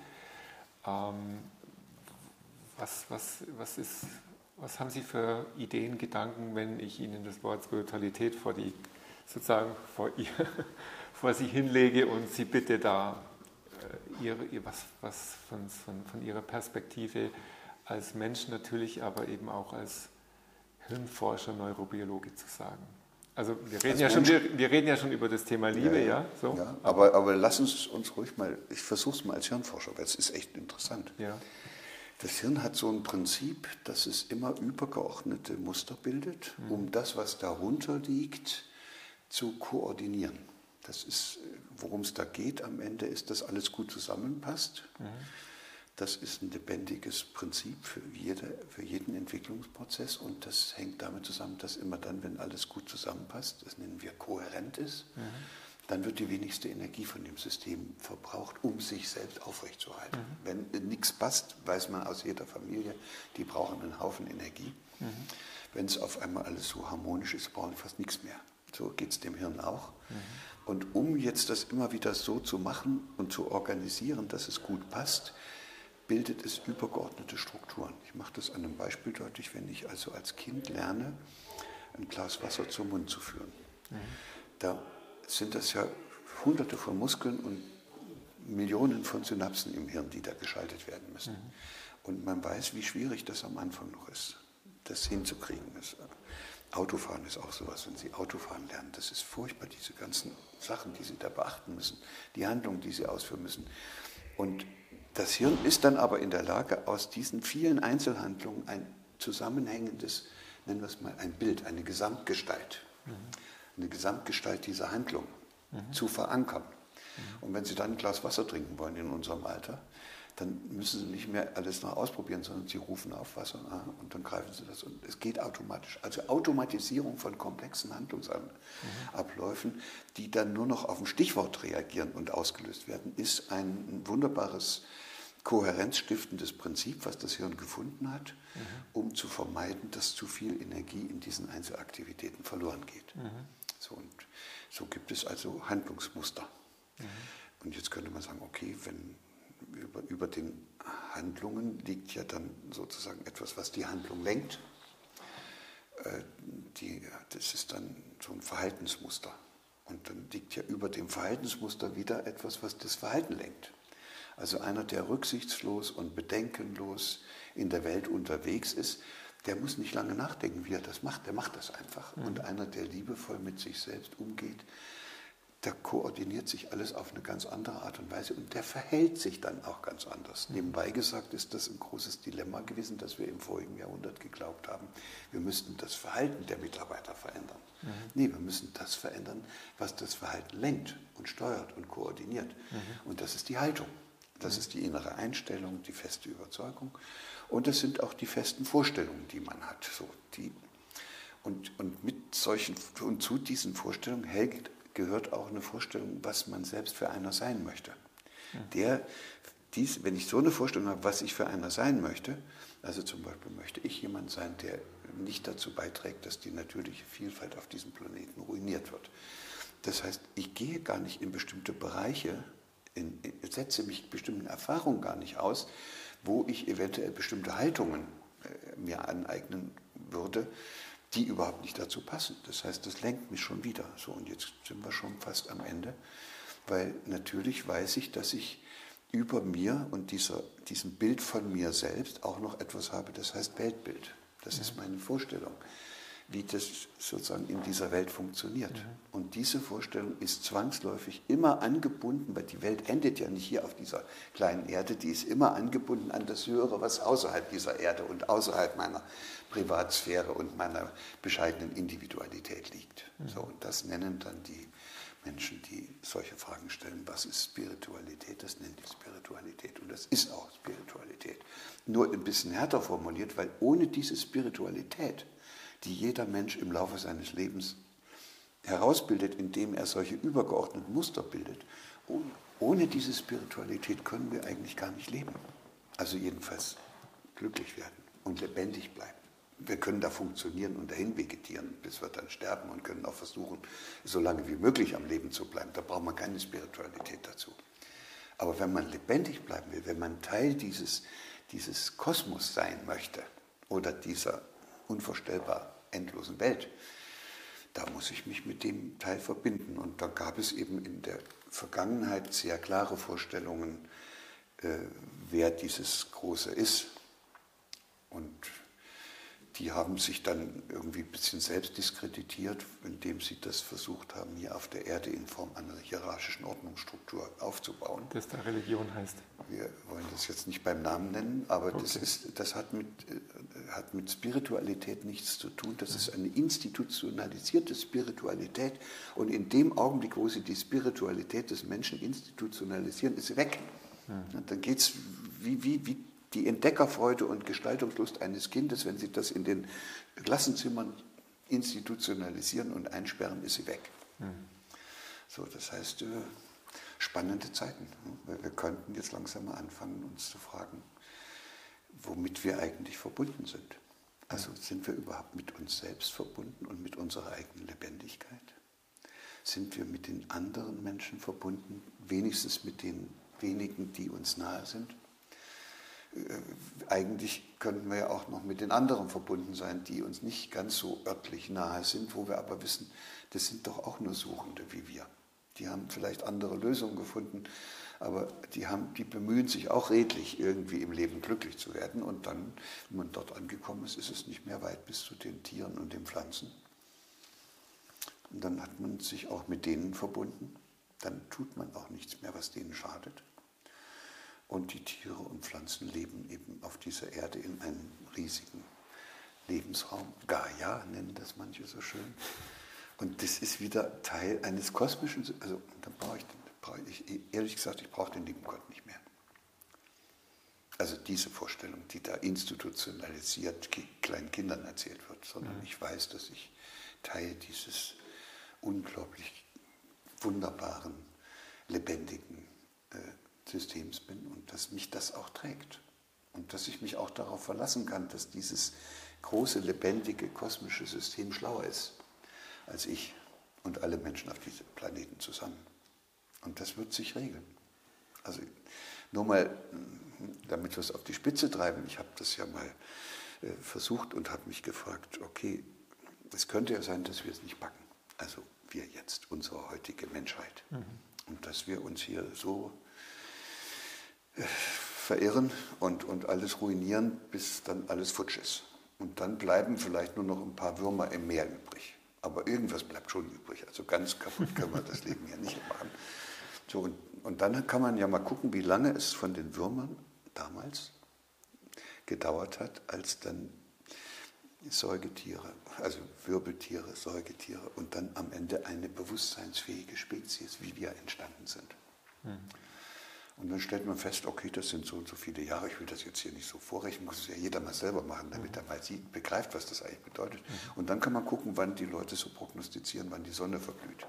Was haben Sie für Ideen, Gedanken, wenn ich Ihnen das Wort Spiritualität vor Sie hinlege und Sie bitte da was von Ihrer Perspektive als Mensch natürlich, aber eben auch als Hirnforscher, Neurobiologe zu sagen. Also wir reden ja schon über das Thema Liebe, ja? So. Ja, aber lass uns ruhig mal, ich versuche es mal als Hirnforscher, weil es ist echt interessant. Ja. Das Hirn hat so ein Prinzip, dass es immer übergeordnete Muster bildet, um das, was darunter liegt, zu koordinieren. Das ist, worum es da geht am Ende, ist, dass alles gut zusammenpasst. Das ist ein lebendiges Prinzip für jeden Entwicklungsprozess und das hängt damit zusammen, dass immer dann, wenn alles gut zusammenpasst, das nennen wir kohärent ist, dann wird die wenigste Energie von dem System verbraucht, um sich selbst aufrechtzuerhalten. Wenn nichts passt, weiß man aus jeder Familie, die brauchen einen Haufen Energie. Wenn es auf einmal alles so harmonisch ist, brauchen fast nichts mehr. So geht es dem Hirn auch. Und um jetzt das immer wieder so zu machen und zu organisieren, dass es gut passt, bildet es übergeordnete Strukturen. Ich mache das an einem Beispiel deutlich, wenn ich also als Kind lerne, ein Glas Wasser zum Mund zu führen. Da sind das ja Hunderte von Muskeln und Millionen von Synapsen im Hirn, die da geschaltet werden müssen. Und man weiß, wie schwierig das am Anfang noch ist, das hinzukriegen. Autofahren ist auch sowas, wenn Sie Autofahren lernen, das ist furchtbar, diese ganzen Sachen, die Sie da beachten müssen, die Handlungen, die Sie ausführen müssen. Und das Hirn ist dann aber in der Lage, aus diesen vielen Einzelhandlungen ein zusammenhängendes, nennen wir es mal ein Bild, eine Gesamtgestalt, eine Gesamtgestalt dieser Handlung zu verankern. Und wenn Sie dann ein Glas Wasser trinken wollen in unserem Alter, dann müssen Sie nicht mehr alles noch ausprobieren, sondern Sie rufen auf Wasser und dann greifen Sie das. Und es geht automatisch. Also Automatisierung von komplexen Handlungsabläufen, die dann nur noch auf ein Stichwort reagieren und ausgelöst werden, ist ein wunderbares kohärenzstiftendes Prinzip, was das Hirn gefunden hat, um zu vermeiden, dass zu viel Energie in diesen Einzelaktivitäten verloren geht. So, und so gibt es also Handlungsmuster. Und jetzt könnte man sagen, okay, wenn über den Handlungen liegt ja dann sozusagen etwas, was die Handlung lenkt. Das ist dann so ein Verhaltensmuster. Und dann liegt ja über dem Verhaltensmuster wieder etwas, was das Verhalten lenkt. Also einer, der rücksichtslos und bedenkenlos in der Welt unterwegs ist, der muss nicht lange nachdenken, wie er das macht. Der macht das einfach. Und einer, der liebevoll mit sich selbst umgeht, da koordiniert sich alles auf eine ganz andere Art und Weise und der verhält sich dann auch ganz anders. Nebenbei gesagt ist das ein großes Dilemma gewesen, dass wir im vorigen Jahrhundert geglaubt haben, wir müssten das Verhalten der Mitarbeiter verändern. Nee, wir müssen das verändern, was das Verhalten lenkt und steuert und koordiniert. Und das ist die Haltung. Das ist die innere Einstellung, die feste Überzeugung und das sind auch die festen Vorstellungen, die man hat. So, und zu diesen Vorstellungen gehört auch eine Vorstellung, was man selbst für einer sein möchte. Wenn ich so eine Vorstellung habe, was ich für einer sein möchte, also zum Beispiel möchte ich jemand sein, der nicht dazu beiträgt, dass die natürliche Vielfalt auf diesem Planeten ruiniert wird. Das heißt, ich gehe gar nicht in bestimmte Bereiche, setze mich bestimmten Erfahrungen gar nicht aus, wo ich eventuell bestimmte Haltungen mir aneignen würde, die überhaupt nicht dazu passen. Das heißt, das lenkt mich schon wieder. So, und jetzt sind wir schon fast am Ende, weil natürlich weiß ich, dass ich über mir und diesem Bild von mir selbst auch noch etwas habe, das heißt Weltbild. Das ist meine Vorstellung, wie das sozusagen in dieser Welt funktioniert. Und diese Vorstellung ist zwangsläufig immer angebunden, weil die Welt endet ja nicht hier auf dieser kleinen Erde, die ist immer angebunden an das Höhere, was außerhalb dieser Erde und außerhalb meiner Privatsphäre und meiner bescheidenen Individualität liegt. So, und das nennen dann die Menschen, die solche Fragen stellen, was ist Spiritualität? Das nennt die Spiritualität und das ist auch Spiritualität. Nur ein bisschen härter formuliert, weil ohne diese Spiritualität, die jeder Mensch im Laufe seines Lebens herausbildet, indem er solche übergeordneten Muster bildet, ohne diese Spiritualität können wir eigentlich gar nicht leben. Also jedenfalls glücklich werden und lebendig bleiben. Wir können da funktionieren und dahin vegetieren, bis wir dann sterben und können auch versuchen, so lange wie möglich am Leben zu bleiben. Da braucht man keine Spiritualität dazu. Aber wenn man lebendig bleiben will, wenn man Teil dieses Kosmos sein möchte oder dieser unvorstellbar endlosen Welt, da muss ich mich mit dem Teil verbinden. Und da gab es eben in der Vergangenheit sehr klare Vorstellungen, wer dieses Große ist. Und die haben sich dann irgendwie ein bisschen selbst diskreditiert, indem sie das versucht haben, hier auf der Erde in Form einer hierarchischen Ordnungsstruktur aufzubauen. Das da Religion heißt. Wir wollen das jetzt nicht beim Namen nennen, aber Okay. das hat mit Spiritualität nichts zu tun. Das ist eine institutionalisierte Spiritualität. Und in dem Augenblick, wo sie die Spiritualität des Menschen institutionalisieren, ist sie weg. Und dann geht es wie die Entdeckerfreude und Gestaltungslust eines Kindes, wenn sie das in den Klassenzimmern institutionalisieren und einsperren, ist sie weg. So, das heißt, spannende Zeiten. Wir könnten jetzt langsam mal anfangen, uns zu fragen, womit wir eigentlich verbunden sind. Also sind wir überhaupt mit uns selbst verbunden und mit unserer eigenen Lebendigkeit? Sind wir mit den anderen Menschen verbunden, wenigstens mit den wenigen, die uns nahe sind? Eigentlich könnten wir ja auch noch mit den anderen verbunden sein, die uns nicht ganz so örtlich nahe sind, wo wir aber wissen, das sind doch auch nur Suchende wie wir. Die haben vielleicht andere Lösungen gefunden, aber die bemühen sich auch redlich, irgendwie im Leben glücklich zu werden. Und dann, wenn man dort angekommen ist, ist es nicht mehr weit bis zu den Tieren und den Pflanzen. Und dann hat man sich auch mit denen verbunden. Dann tut man auch nichts mehr, was denen schadet. Und die Tiere und Pflanzen leben eben auf dieser Erde in einem riesigen Lebensraum. Gaia nennen das manche so schön. Und das ist wieder Teil eines kosmischen, also dann brauche ich ehrlich gesagt, ich brauche den lieben Gott nicht mehr. Also diese Vorstellung, die da institutionalisiert kleinen Kindern erzählt wird, sondern ich weiß, dass ich Teil dieses unglaublich wunderbaren, lebendigen Systems bin und dass mich das auch trägt und dass ich mich auch darauf verlassen kann, dass dieses große, lebendige, kosmische System schlauer ist als ich und alle Menschen auf diesem Planeten zusammen. Und das wird sich regeln. Also nur mal, damit wir es auf die Spitze treiben, ich habe das ja mal versucht und habe mich gefragt, okay, es könnte ja sein, dass wir es nicht packen. Also wir jetzt, unsere heutige Menschheit. Und dass wir uns hier so verirren und alles ruinieren, bis dann alles futsch ist. Und dann bleiben vielleicht nur noch ein paar Würmer im Meer übrig. Aber irgendwas bleibt schon übrig. Also ganz kaputt können wir das Leben ja nicht machen. So, und dann kann man ja mal gucken, wie lange es von den Würmern damals gedauert hat, als dann Säugetiere, also Wirbeltiere, Säugetiere und dann am Ende eine bewusstseinsfähige Spezies, wie wir entstanden sind. Und dann stellt man fest, okay, das sind so und so viele Jahre, ich will das jetzt hier nicht so vorrechnen, muss es ja jeder mal selber machen, damit er mal sieht, begreift, was das eigentlich bedeutet. Und dann kann man gucken, wann die Leute so prognostizieren, wann die Sonne verglüht.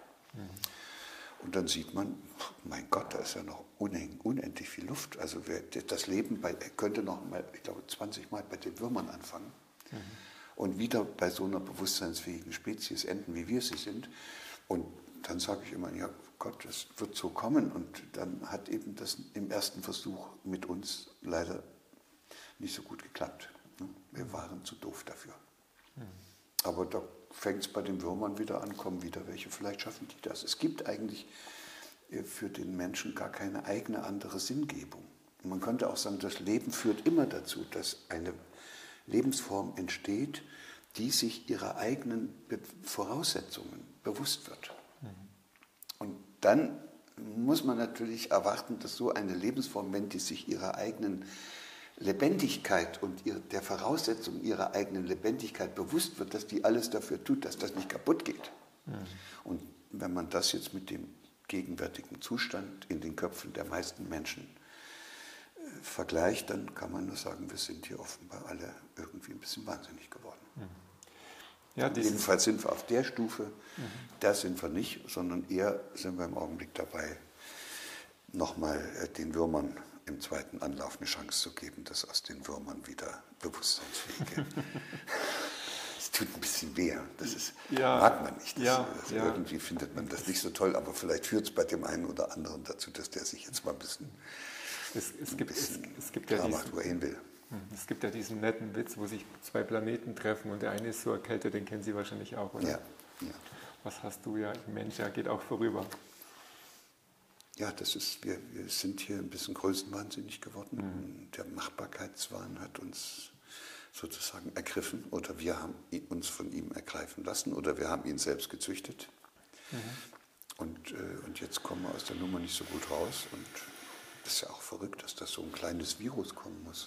Und dann sieht man, mein Gott, da ist ja noch unendlich viel Luft. Also das Leben könnte noch mal, ich glaube, 20 Mal bei den Würmern anfangen und wieder bei so einer bewusstseinsfähigen Spezies enden, wie wir sie sind. Und dann sage ich immer, ja Gott, das wird so kommen. Und dann hat eben das im ersten Versuch mit uns leider nicht so gut geklappt. Wir waren zu doof dafür. Aber da fängt es bei den Würmern wieder an, kommen wieder welche, vielleicht schaffen die das. Es gibt eigentlich für den Menschen gar keine eigene andere Sinngebung. Und man könnte auch sagen, das Leben führt immer dazu, dass eine Lebensform entsteht, die sich ihrer eigenen Voraussetzungen bewusst wird. Und dann muss man natürlich erwarten, dass so eine Lebensform, wenn die sich ihrer eigenen Lebendigkeit und der Voraussetzung ihrer eigenen Lebendigkeit bewusst wird, dass die alles dafür tut, dass das nicht kaputt geht. Und wenn man das jetzt mit dem gegenwärtigen Zustand in den Köpfen der meisten Menschen vergleicht, dann kann man nur sagen, wir sind hier offenbar alle irgendwie ein bisschen wahnsinnig geworden. Ja, jedenfalls sind wir auf der Stufe, da sind wir nicht, sondern eher sind wir im Augenblick dabei, nochmal den Würmern im zweiten Anlauf eine Chance zu geben, dass aus den Würmern wieder bewusstseinsfähige. Es tut ein bisschen weh, mag man nicht. Irgendwie findet man das nicht so toll, aber vielleicht führt es bei dem einen oder anderen dazu, dass der sich jetzt mal ein bisschen klar macht, wo er hin will. Es gibt ja diesen netten Witz, wo sich zwei Planeten treffen und der eine ist so erkältet, den kennen Sie wahrscheinlich auch, oder? Ja. Was hast du ja? Mensch, ja, geht auch vorüber. Ja, wir sind hier ein bisschen größenwahnsinnig geworden. Der Machbarkeitswahn hat uns sozusagen ergriffen oder wir haben uns von ihm ergreifen lassen oder wir haben ihn selbst gezüchtet. Und jetzt kommen wir aus der Nummer nicht so gut raus. Und das ist ja auch verrückt, dass das so ein kleines Virus kommen muss.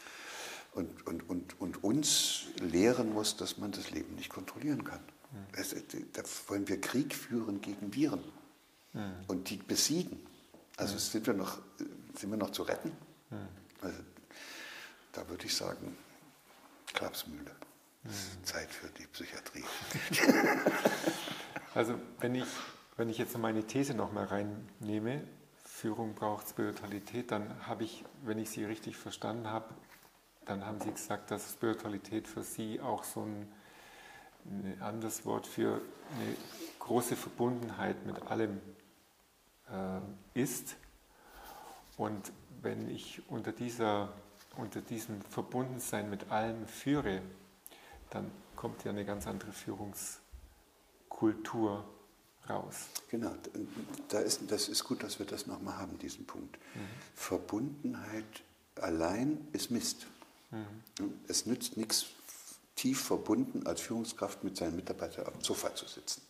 Und uns lehren muss, dass man das Leben nicht kontrollieren kann. Da wollen wir Krieg führen gegen Viren und die besiegen. Also sind wir noch zu retten? Also, da würde ich sagen, Klapsmühle. Zeit für die Psychiatrie. Also wenn ich jetzt meine These noch mal reinnehme, Führung braucht Spiritualität, dann habe ich, wenn ich Sie richtig verstanden habe, dann haben Sie gesagt, dass Spiritualität für Sie auch so ein anderes Wort für eine große Verbundenheit mit allem ist. Und wenn ich unter diesem Verbundensein mit allem führe, dann kommt ja eine ganz andere Führungskultur raus. Genau, das ist gut, dass wir das nochmal haben, diesen Punkt. Verbundenheit allein ist Mist. Es nützt nichts, tief verbunden als Führungskraft mit seinen Mitarbeitern am Sofa zu sitzen.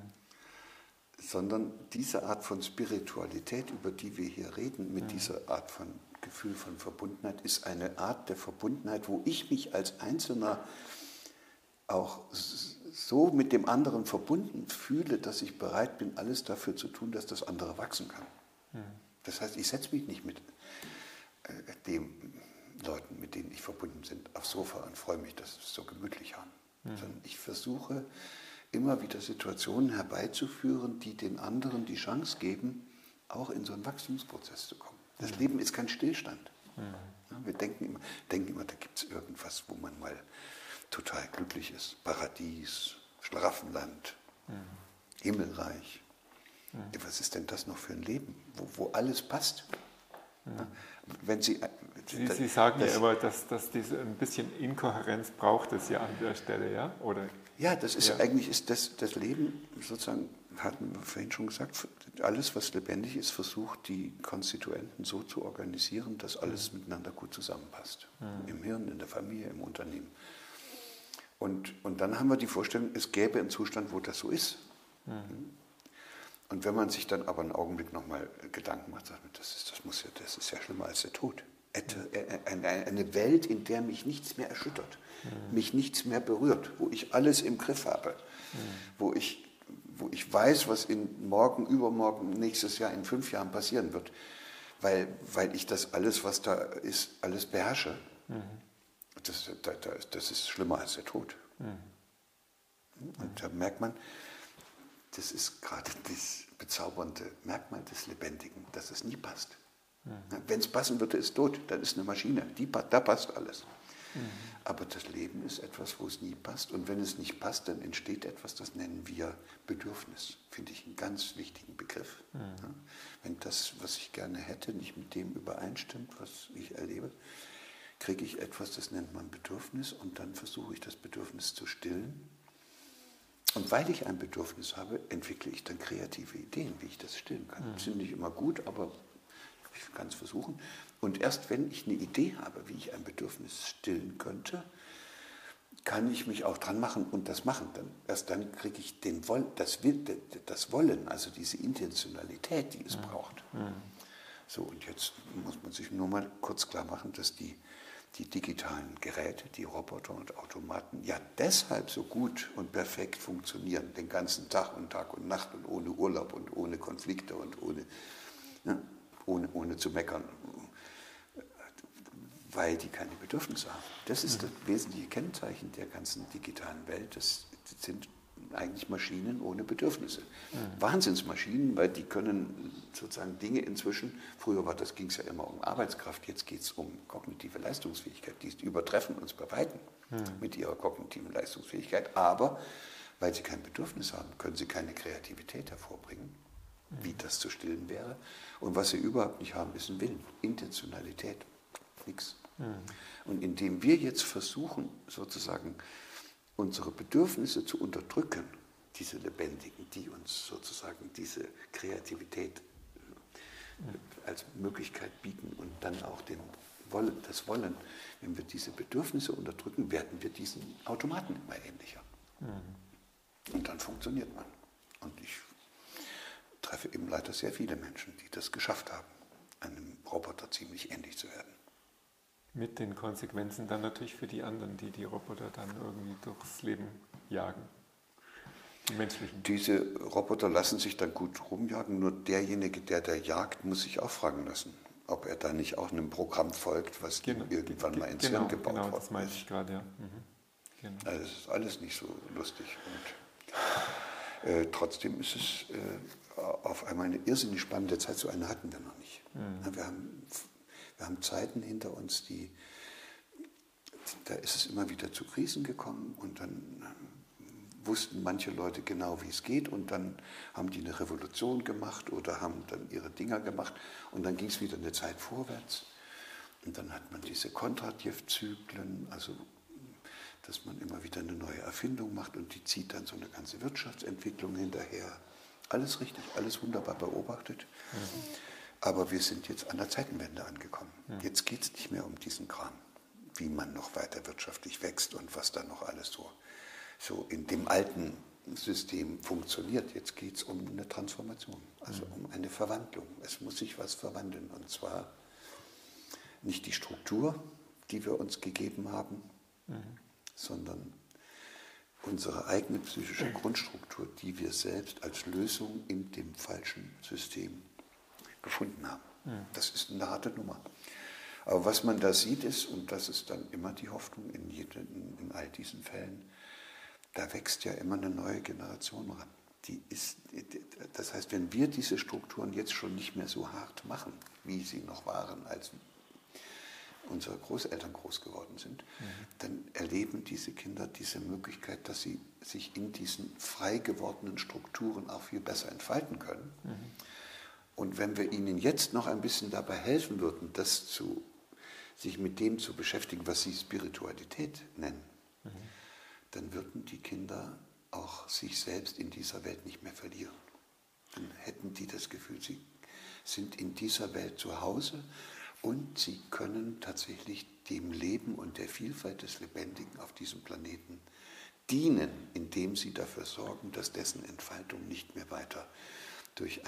Sondern diese Art von Spiritualität, über die wir hier reden, mit dieser Art von Gefühl von Verbundenheit, ist eine Art der Verbundenheit, wo ich mich als Einzelner auch so mit dem anderen verbunden fühle, dass ich bereit bin, alles dafür zu tun, dass das andere wachsen kann. Das heißt, ich setze mich nicht mit den Leuten, mit denen ich verbunden bin, aufs Sofa und freue mich, dass wir es so gemütlich haben. Sondern ich versuche immer wieder Situationen herbeizuführen, die den anderen die Chance geben, auch in so einen Wachstumsprozess zu kommen. Das Leben ist kein Stillstand. Ja, wir denken immer, da gibt es irgendwas, wo man mal total glücklich ist. Paradies, Schlaraffenland, Himmelreich. Was ist denn das noch für ein Leben, wo alles passt? Wenn Sie sagen ja immer, dass diese ein bisschen Inkohärenz braucht es ja an der Stelle, ja? Oder? Ja, das ist eigentlich ist das Leben sozusagen, hatten wir vorhin schon gesagt, alles, was lebendig ist, versucht die Konstituenten so zu organisieren, dass alles miteinander gut zusammenpasst. Im Hirn, in der Familie, im Unternehmen. Und dann haben wir die Vorstellung, es gäbe einen Zustand, wo das so ist. Und wenn man sich dann aber einen Augenblick nochmal Gedanken macht, sagt man, das ist ja schlimmer als der Tod. Eine Welt, in der mich nichts mehr erschüttert, mich nichts mehr berührt, wo ich alles im Griff habe, wo ich weiß, was in morgen, übermorgen, nächstes Jahr, in 5 Jahren passieren wird, weil ich das alles, was da ist, alles beherrsche. Das ist schlimmer als der Tod. Und da merkt man, das ist gerade das bezaubernde Merkmal des Lebendigen, dass es nie passt. Wenn es passen würde, ist tot, dann ist eine Maschine, da passt alles. Aber das Leben ist etwas, wo es nie passt. Und wenn es nicht passt, dann entsteht etwas, das nennen wir Bedürfnis. Finde ich einen ganz wichtigen Begriff. Wenn das, was ich gerne hätte, nicht mit dem übereinstimmt, was ich erlebe, kriege ich etwas, das nennt man Bedürfnis, und dann versuche ich das Bedürfnis zu stillen. Und weil ich ein Bedürfnis habe, entwickle ich dann kreative Ideen, wie ich das stillen kann. Die sind nicht immer gut, aber ich kann es versuchen. Und erst wenn ich eine Idee habe, wie ich ein Bedürfnis stillen könnte, kann ich mich auch dran machen und das machen. Erst dann kriege ich das Wollen, also diese Intentionalität, die es braucht. So, und jetzt muss man sich nur mal kurz klar machen, dass die digitalen Geräte, die Roboter und Automaten ja deshalb so gut und perfekt funktionieren, den ganzen Tag und Nacht und ohne Urlaub und ohne Konflikte und ohne zu meckern, weil die keine Bedürfnisse haben. Das ist das wesentliche Kennzeichen der ganzen digitalen Welt. Das sind eigentlich Maschinen ohne Bedürfnisse. Wahnsinnsmaschinen, weil die können sozusagen Dinge inzwischen, früher ging es ja immer um Arbeitskraft, jetzt geht es um kognitive Leistungsfähigkeit. Die übertreffen uns bei weitem mit ihrer kognitiven Leistungsfähigkeit, aber weil sie kein Bedürfnis haben, können sie keine Kreativität hervorbringen, wie das zu stillen wäre. Und was sie überhaupt nicht haben, ist ein Willen, Intentionalität, nichts. Und indem wir jetzt versuchen, sozusagen unsere Bedürfnisse zu unterdrücken, diese lebendigen, die uns sozusagen diese Kreativität als Möglichkeit bieten und dann auch den das Wollen, wenn wir diese Bedürfnisse unterdrücken, werden wir diesen Automaten immer ähnlicher. Und dann funktioniert man. Und ich treffe eben leider sehr viele Menschen, die das geschafft haben, einem Roboter ziemlich ähnlich zu werden. Mit den Konsequenzen dann natürlich für die anderen, die die Roboter dann irgendwie durchs Leben jagen. Die menschlichen. Diese Roboter lassen sich dann gut rumjagen, nur derjenige, der jagt, muss sich auch fragen lassen, ob er da nicht auch einem Programm folgt, was irgendwann mal ins Hirn gebaut worden ist. Genau, das meinte ich gerade, ja. Genau. Also das ist alles nicht so lustig. Und trotzdem ist es auf einmal eine irrsinnig spannende Zeit. So eine hatten wir noch nicht. Wir haben Zeiten hinter uns, da ist es immer wieder zu Krisen gekommen und dann wussten manche Leute genau, wie es geht und dann haben die eine Revolution gemacht oder haben dann ihre Dinger gemacht und dann ging es wieder eine Zeit vorwärts und dann hat man diese Kondratjew-Zyklen, also dass man immer wieder eine neue Erfindung macht und die zieht dann so eine ganze Wirtschaftsentwicklung hinterher. Alles richtig, alles wunderbar beobachtet. Aber wir sind jetzt an der Zeitenwende angekommen. Jetzt geht es nicht mehr um diesen Kram, wie man noch weiter wirtschaftlich wächst und was da noch alles so in dem alten System funktioniert. Jetzt geht es um eine Transformation, also um eine Verwandlung. Es muss sich was verwandeln und zwar nicht die Struktur, die wir uns gegeben haben, sondern unsere eigene psychische Grundstruktur, die wir selbst als Lösung in dem falschen System gefunden haben. Das ist eine harte Nummer. Aber was man da sieht ist, und das ist dann immer die Hoffnung in all diesen Fällen, da wächst ja immer eine neue Generation ran. Das heißt, wenn wir diese Strukturen jetzt schon nicht mehr so hart machen, wie sie noch waren, als unsere Großeltern groß geworden sind, dann erleben diese Kinder diese Möglichkeit, dass sie sich in diesen frei gewordenen Strukturen auch viel besser entfalten können. Und wenn wir ihnen jetzt noch ein bisschen dabei helfen würden, sich mit dem zu beschäftigen, was sie Spiritualität nennen, dann würden die Kinder auch sich selbst in dieser Welt nicht mehr verlieren. Dann hätten die das Gefühl, sie sind in dieser Welt zu Hause und sie können tatsächlich dem Leben und der Vielfalt des Lebendigen auf diesem Planeten dienen, indem sie dafür sorgen, dass dessen Entfaltung nicht mehr weiter durch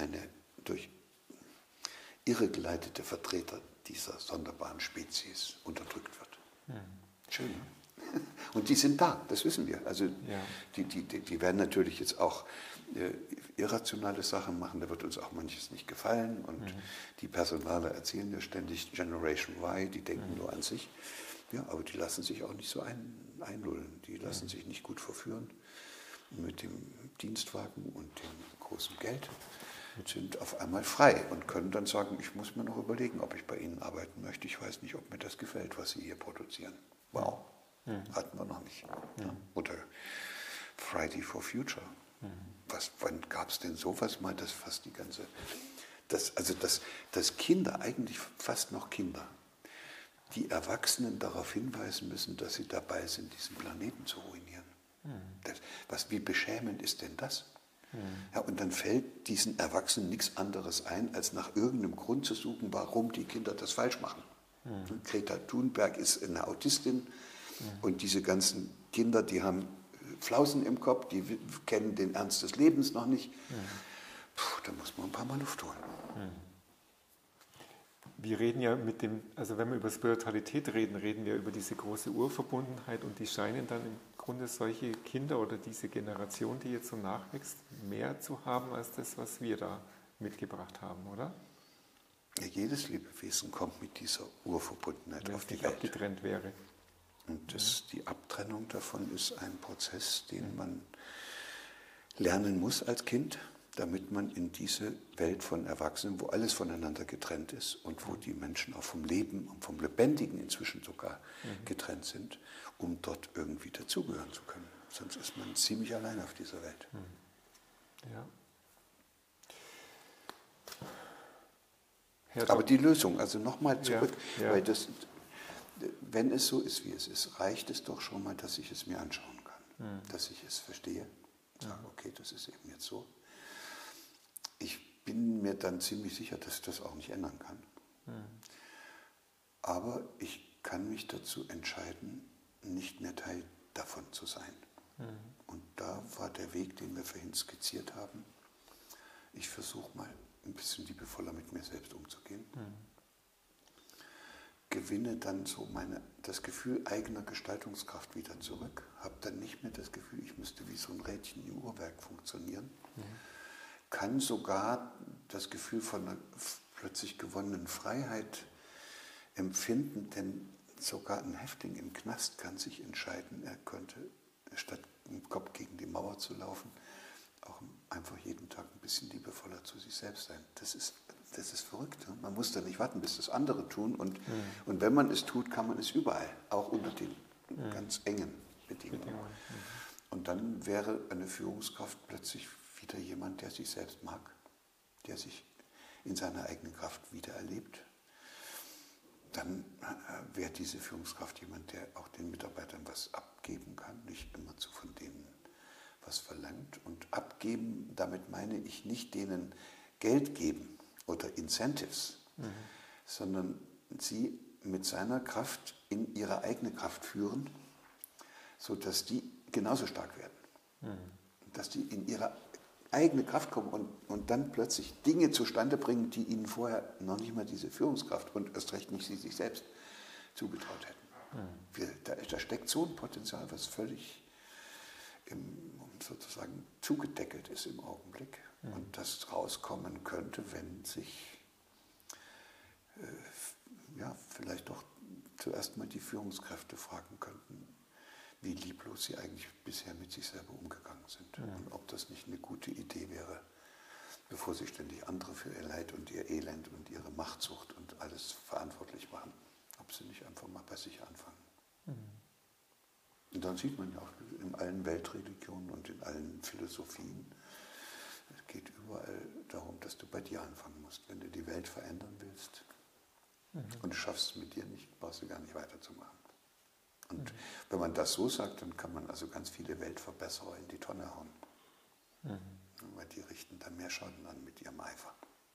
irregeleitete Vertreter dieser sonderbaren Spezies unterdrückt wird. Schön, ne? Und die sind da, das wissen wir. Also die werden natürlich jetzt auch irrationale Sachen machen, da wird uns auch manches nicht gefallen. Und die Personaler erzählen ja ständig Generation Y, die denken nur an sich. Ja, aber die lassen sich auch nicht so einlullen. Die lassen sich nicht gut verführen mit dem Dienstwagen und dem großen Geld. Sind auf einmal frei und können dann sagen, ich muss mir noch überlegen, ob ich bei Ihnen arbeiten möchte. Ich weiß nicht, ob mir das gefällt, was Sie hier produzieren. Wow, hatten wir noch nicht. Ja. Oder Friday for Future. Wann gab es denn sowas mal, dass fast die ganze, dass Kinder, eigentlich fast noch Kinder, die Erwachsenen darauf hinweisen müssen, dass sie dabei sind, diesen Planeten zu ruinieren. Wie beschämend ist denn das? Ja, und dann fällt diesen Erwachsenen nichts anderes ein, als nach irgendeinem Grund zu suchen, warum die Kinder das falsch machen. Greta Thunberg ist eine Autistin und diese ganzen Kinder, die haben Flausen im Kopf, die kennen den Ernst des Lebens noch nicht. Da muss man ein paar Mal Luft holen. Wir reden ja also wenn wir über Spiritualität reden, reden wir über diese große Urverbundenheit und die scheinen dann im Grunde solche Kinder oder diese Generation, die jetzt so nachwächst, mehr zu haben als das, was wir da mitgebracht haben, oder? Ja, jedes Lebewesen kommt mit dieser Urverbundenheit auf die Welt. Wenn es nicht abgetrennt wäre. Und die Abtrennung davon ist ein Prozess, den man lernen muss als Kind, damit man in diese Welt von Erwachsenen, wo alles voneinander getrennt ist und wo die Menschen auch vom Leben und vom Lebendigen inzwischen sogar getrennt sind, um dort irgendwie dazugehören zu können. Sonst ist man ziemlich allein auf dieser Welt. Ja. Aber die Lösung, also nochmal zurück, weil wenn es so ist, wie es ist, reicht es doch schon mal, dass ich es mir anschauen kann, dass ich es verstehe, sage, okay, das ist eben jetzt so. Ich bin mir dann ziemlich sicher, dass ich das auch nicht ändern kann. aber ich kann mich dazu entscheiden, nicht mehr Teil davon zu sein. Und da war der Weg, den wir vorhin skizziert haben. Ich versuche mal ein bisschen liebevoller mit mir selbst umzugehen. Gewinne dann so das Gefühl eigener Gestaltungskraft wieder zurück. Habe dann nicht mehr das Gefühl, ich müsste wie so ein Rädchen im Uhrwerk funktionieren. Kann sogar das Gefühl von einer plötzlich gewonnenen Freiheit empfinden, denn sogar ein Häftling im Knast kann sich entscheiden, er könnte, statt im Kopf gegen die Mauer zu laufen, auch einfach jeden Tag ein bisschen liebevoller zu sich selbst sein. Das ist verrückt. Ne? Man muss da nicht warten, bis das andere tun. Und wenn man es tut, kann man es überall, auch unter den ganz engen Bedingungen. Und dann wäre eine Führungskraft plötzlich wieder jemand, der sich selbst mag, der sich in seiner eigenen Kraft wieder erlebt. Dann wäre diese Führungskraft jemand, der auch den Mitarbeitern was abgeben kann, nicht immer von denen was verlangt. Und abgeben, damit meine ich nicht denen Geld geben oder Incentives, sondern sie mit seiner Kraft in ihre eigene Kraft führen, sodass die genauso stark werden. Dass die in ihre eigene Kraft kommen und dann plötzlich Dinge zustande bringen, die ihnen vorher noch nicht mal diese Führungskraft und erst recht nicht sie sich selbst zugetraut hätten. Da steckt so ein Potenzial, was völlig sozusagen zugedeckelt ist im Augenblick und das rauskommen könnte, wenn sich vielleicht doch zuerst mal die Führungskräfte fragen könnten, wie lieblos sie eigentlich bisher mit sich selber umgegangen sind und ob das nicht eine gute Idee wäre, bevor sie ständig andere für ihr Leid und ihr Elend und ihre Machtsucht und alles verantwortlich machen, ob sie nicht einfach mal bei sich anfangen. Und dann sieht man ja auch in allen Weltreligionen und in allen Philosophien, es geht überall darum, dass du bei dir anfangen musst. Wenn du die Welt verändern willst und du schaffst es mit dir nicht, brauchst du gar nicht weiterzumachen. Und wenn man das so sagt, dann kann man also ganz viele Weltverbesserer in die Tonne hauen. Weil die richten dann mehr Schaden an mit ihrem Eifer.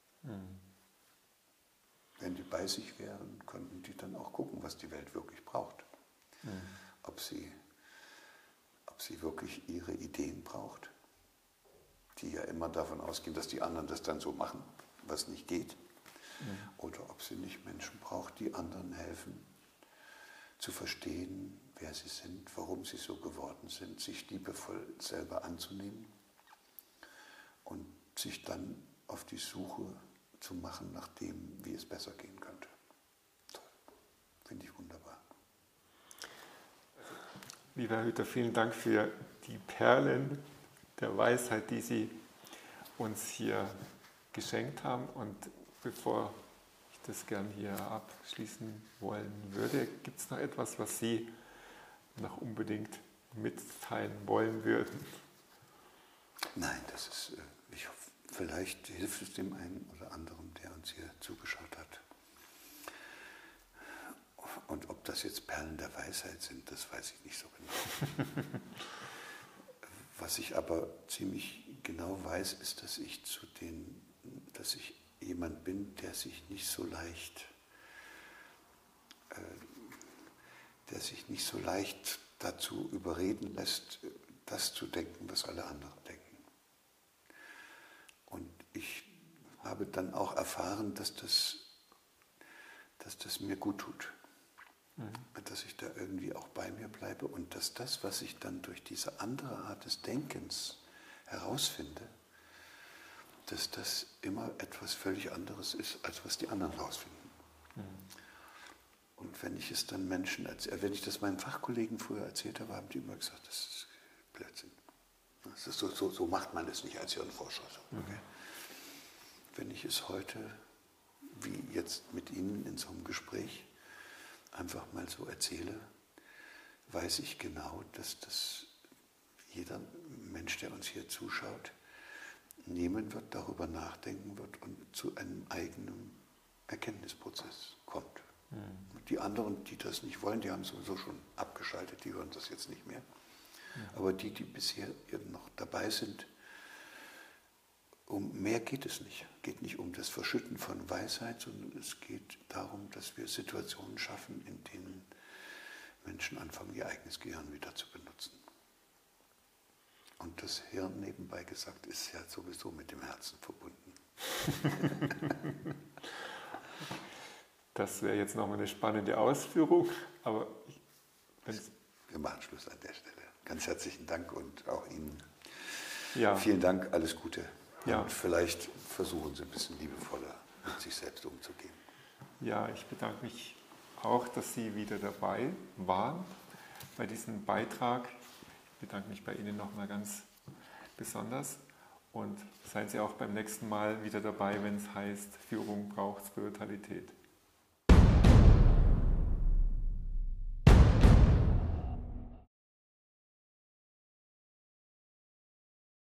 Wenn die bei sich wären, könnten die dann auch gucken, was die Welt wirklich braucht. Ob sie wirklich ihre Ideen braucht, die ja immer davon ausgehen, dass die anderen das dann so machen, was nicht geht. Oder ob sie nicht Menschen braucht, die anderen helfen, zu verstehen, wer sie sind, warum sie so geworden sind, sich liebevoll selber anzunehmen und sich dann auf die Suche zu machen nach dem, wie es besser gehen könnte. Toll. Finde ich wunderbar. Lieber Herr Hütter, vielen Dank für die Perlen der Weisheit, die Sie uns hier geschenkt haben. Und bevor ich das gern hier abschließen wollen würde, gibt es noch etwas, was Sie noch unbedingt mitteilen wollen würden? Nein, das ist, ich hoffe, vielleicht hilft es dem einen oder anderen, der uns hier zugeschaut hat. Und ob das jetzt Perlen der Weisheit sind, das weiß ich nicht so genau. Was ich aber ziemlich genau weiß, ist, dass ich jemand bin, der sich nicht so leicht dazu überreden lässt, das zu denken, was alle anderen denken. Und ich habe dann auch erfahren, dass das mir gut tut. Dass ich da irgendwie auch bei mir bleibe und dass das, was ich dann durch diese andere Art des Denkens herausfinde, dass das immer etwas völlig anderes ist, als was die anderen herausfinden. Und wenn ich es dann Menschen wenn ich das meinen Fachkollegen früher erzählt habe, haben die immer gesagt, das ist Blödsinn. Das ist so macht man es nicht als Hirnforscher. Okay? Wenn ich es heute, wie jetzt mit Ihnen in so einem Gespräch, einfach mal so erzähle, weiß ich genau, dass das jeder Mensch, der uns hier zuschaut, nehmen wird, darüber nachdenken wird und zu einem eigenen Erkenntnisprozess kommt. Die anderen, die das nicht wollen, die haben sowieso schon abgeschaltet, die hören das jetzt nicht mehr. Aber die bisher noch dabei sind, um mehr geht es nicht. Es geht nicht um das Verschütten von Weisheit, sondern es geht darum, dass dass wir Situationen schaffen, in denen Menschen anfangen, ihr eigenes Gehirn wieder zu benutzen. Und das Hirn, nebenbei gesagt, ist ja sowieso mit dem Herzen verbunden. Das wäre jetzt nochmal eine spannende Ausführung, aber wir machen Schluss an der Stelle. Ganz herzlichen Dank und auch Ihnen ja. Vielen Dank, alles Gute. Ja. Und vielleicht versuchen Sie ein bisschen liebevoller mit sich selbst umzugehen. Ja, ich bedanke mich auch, dass Sie wieder dabei waren bei diesem Beitrag. Ich bedanke mich bei Ihnen nochmal ganz besonders und seien Sie auch beim nächsten Mal wieder dabei, wenn es heißt, Führung braucht Spiritualität.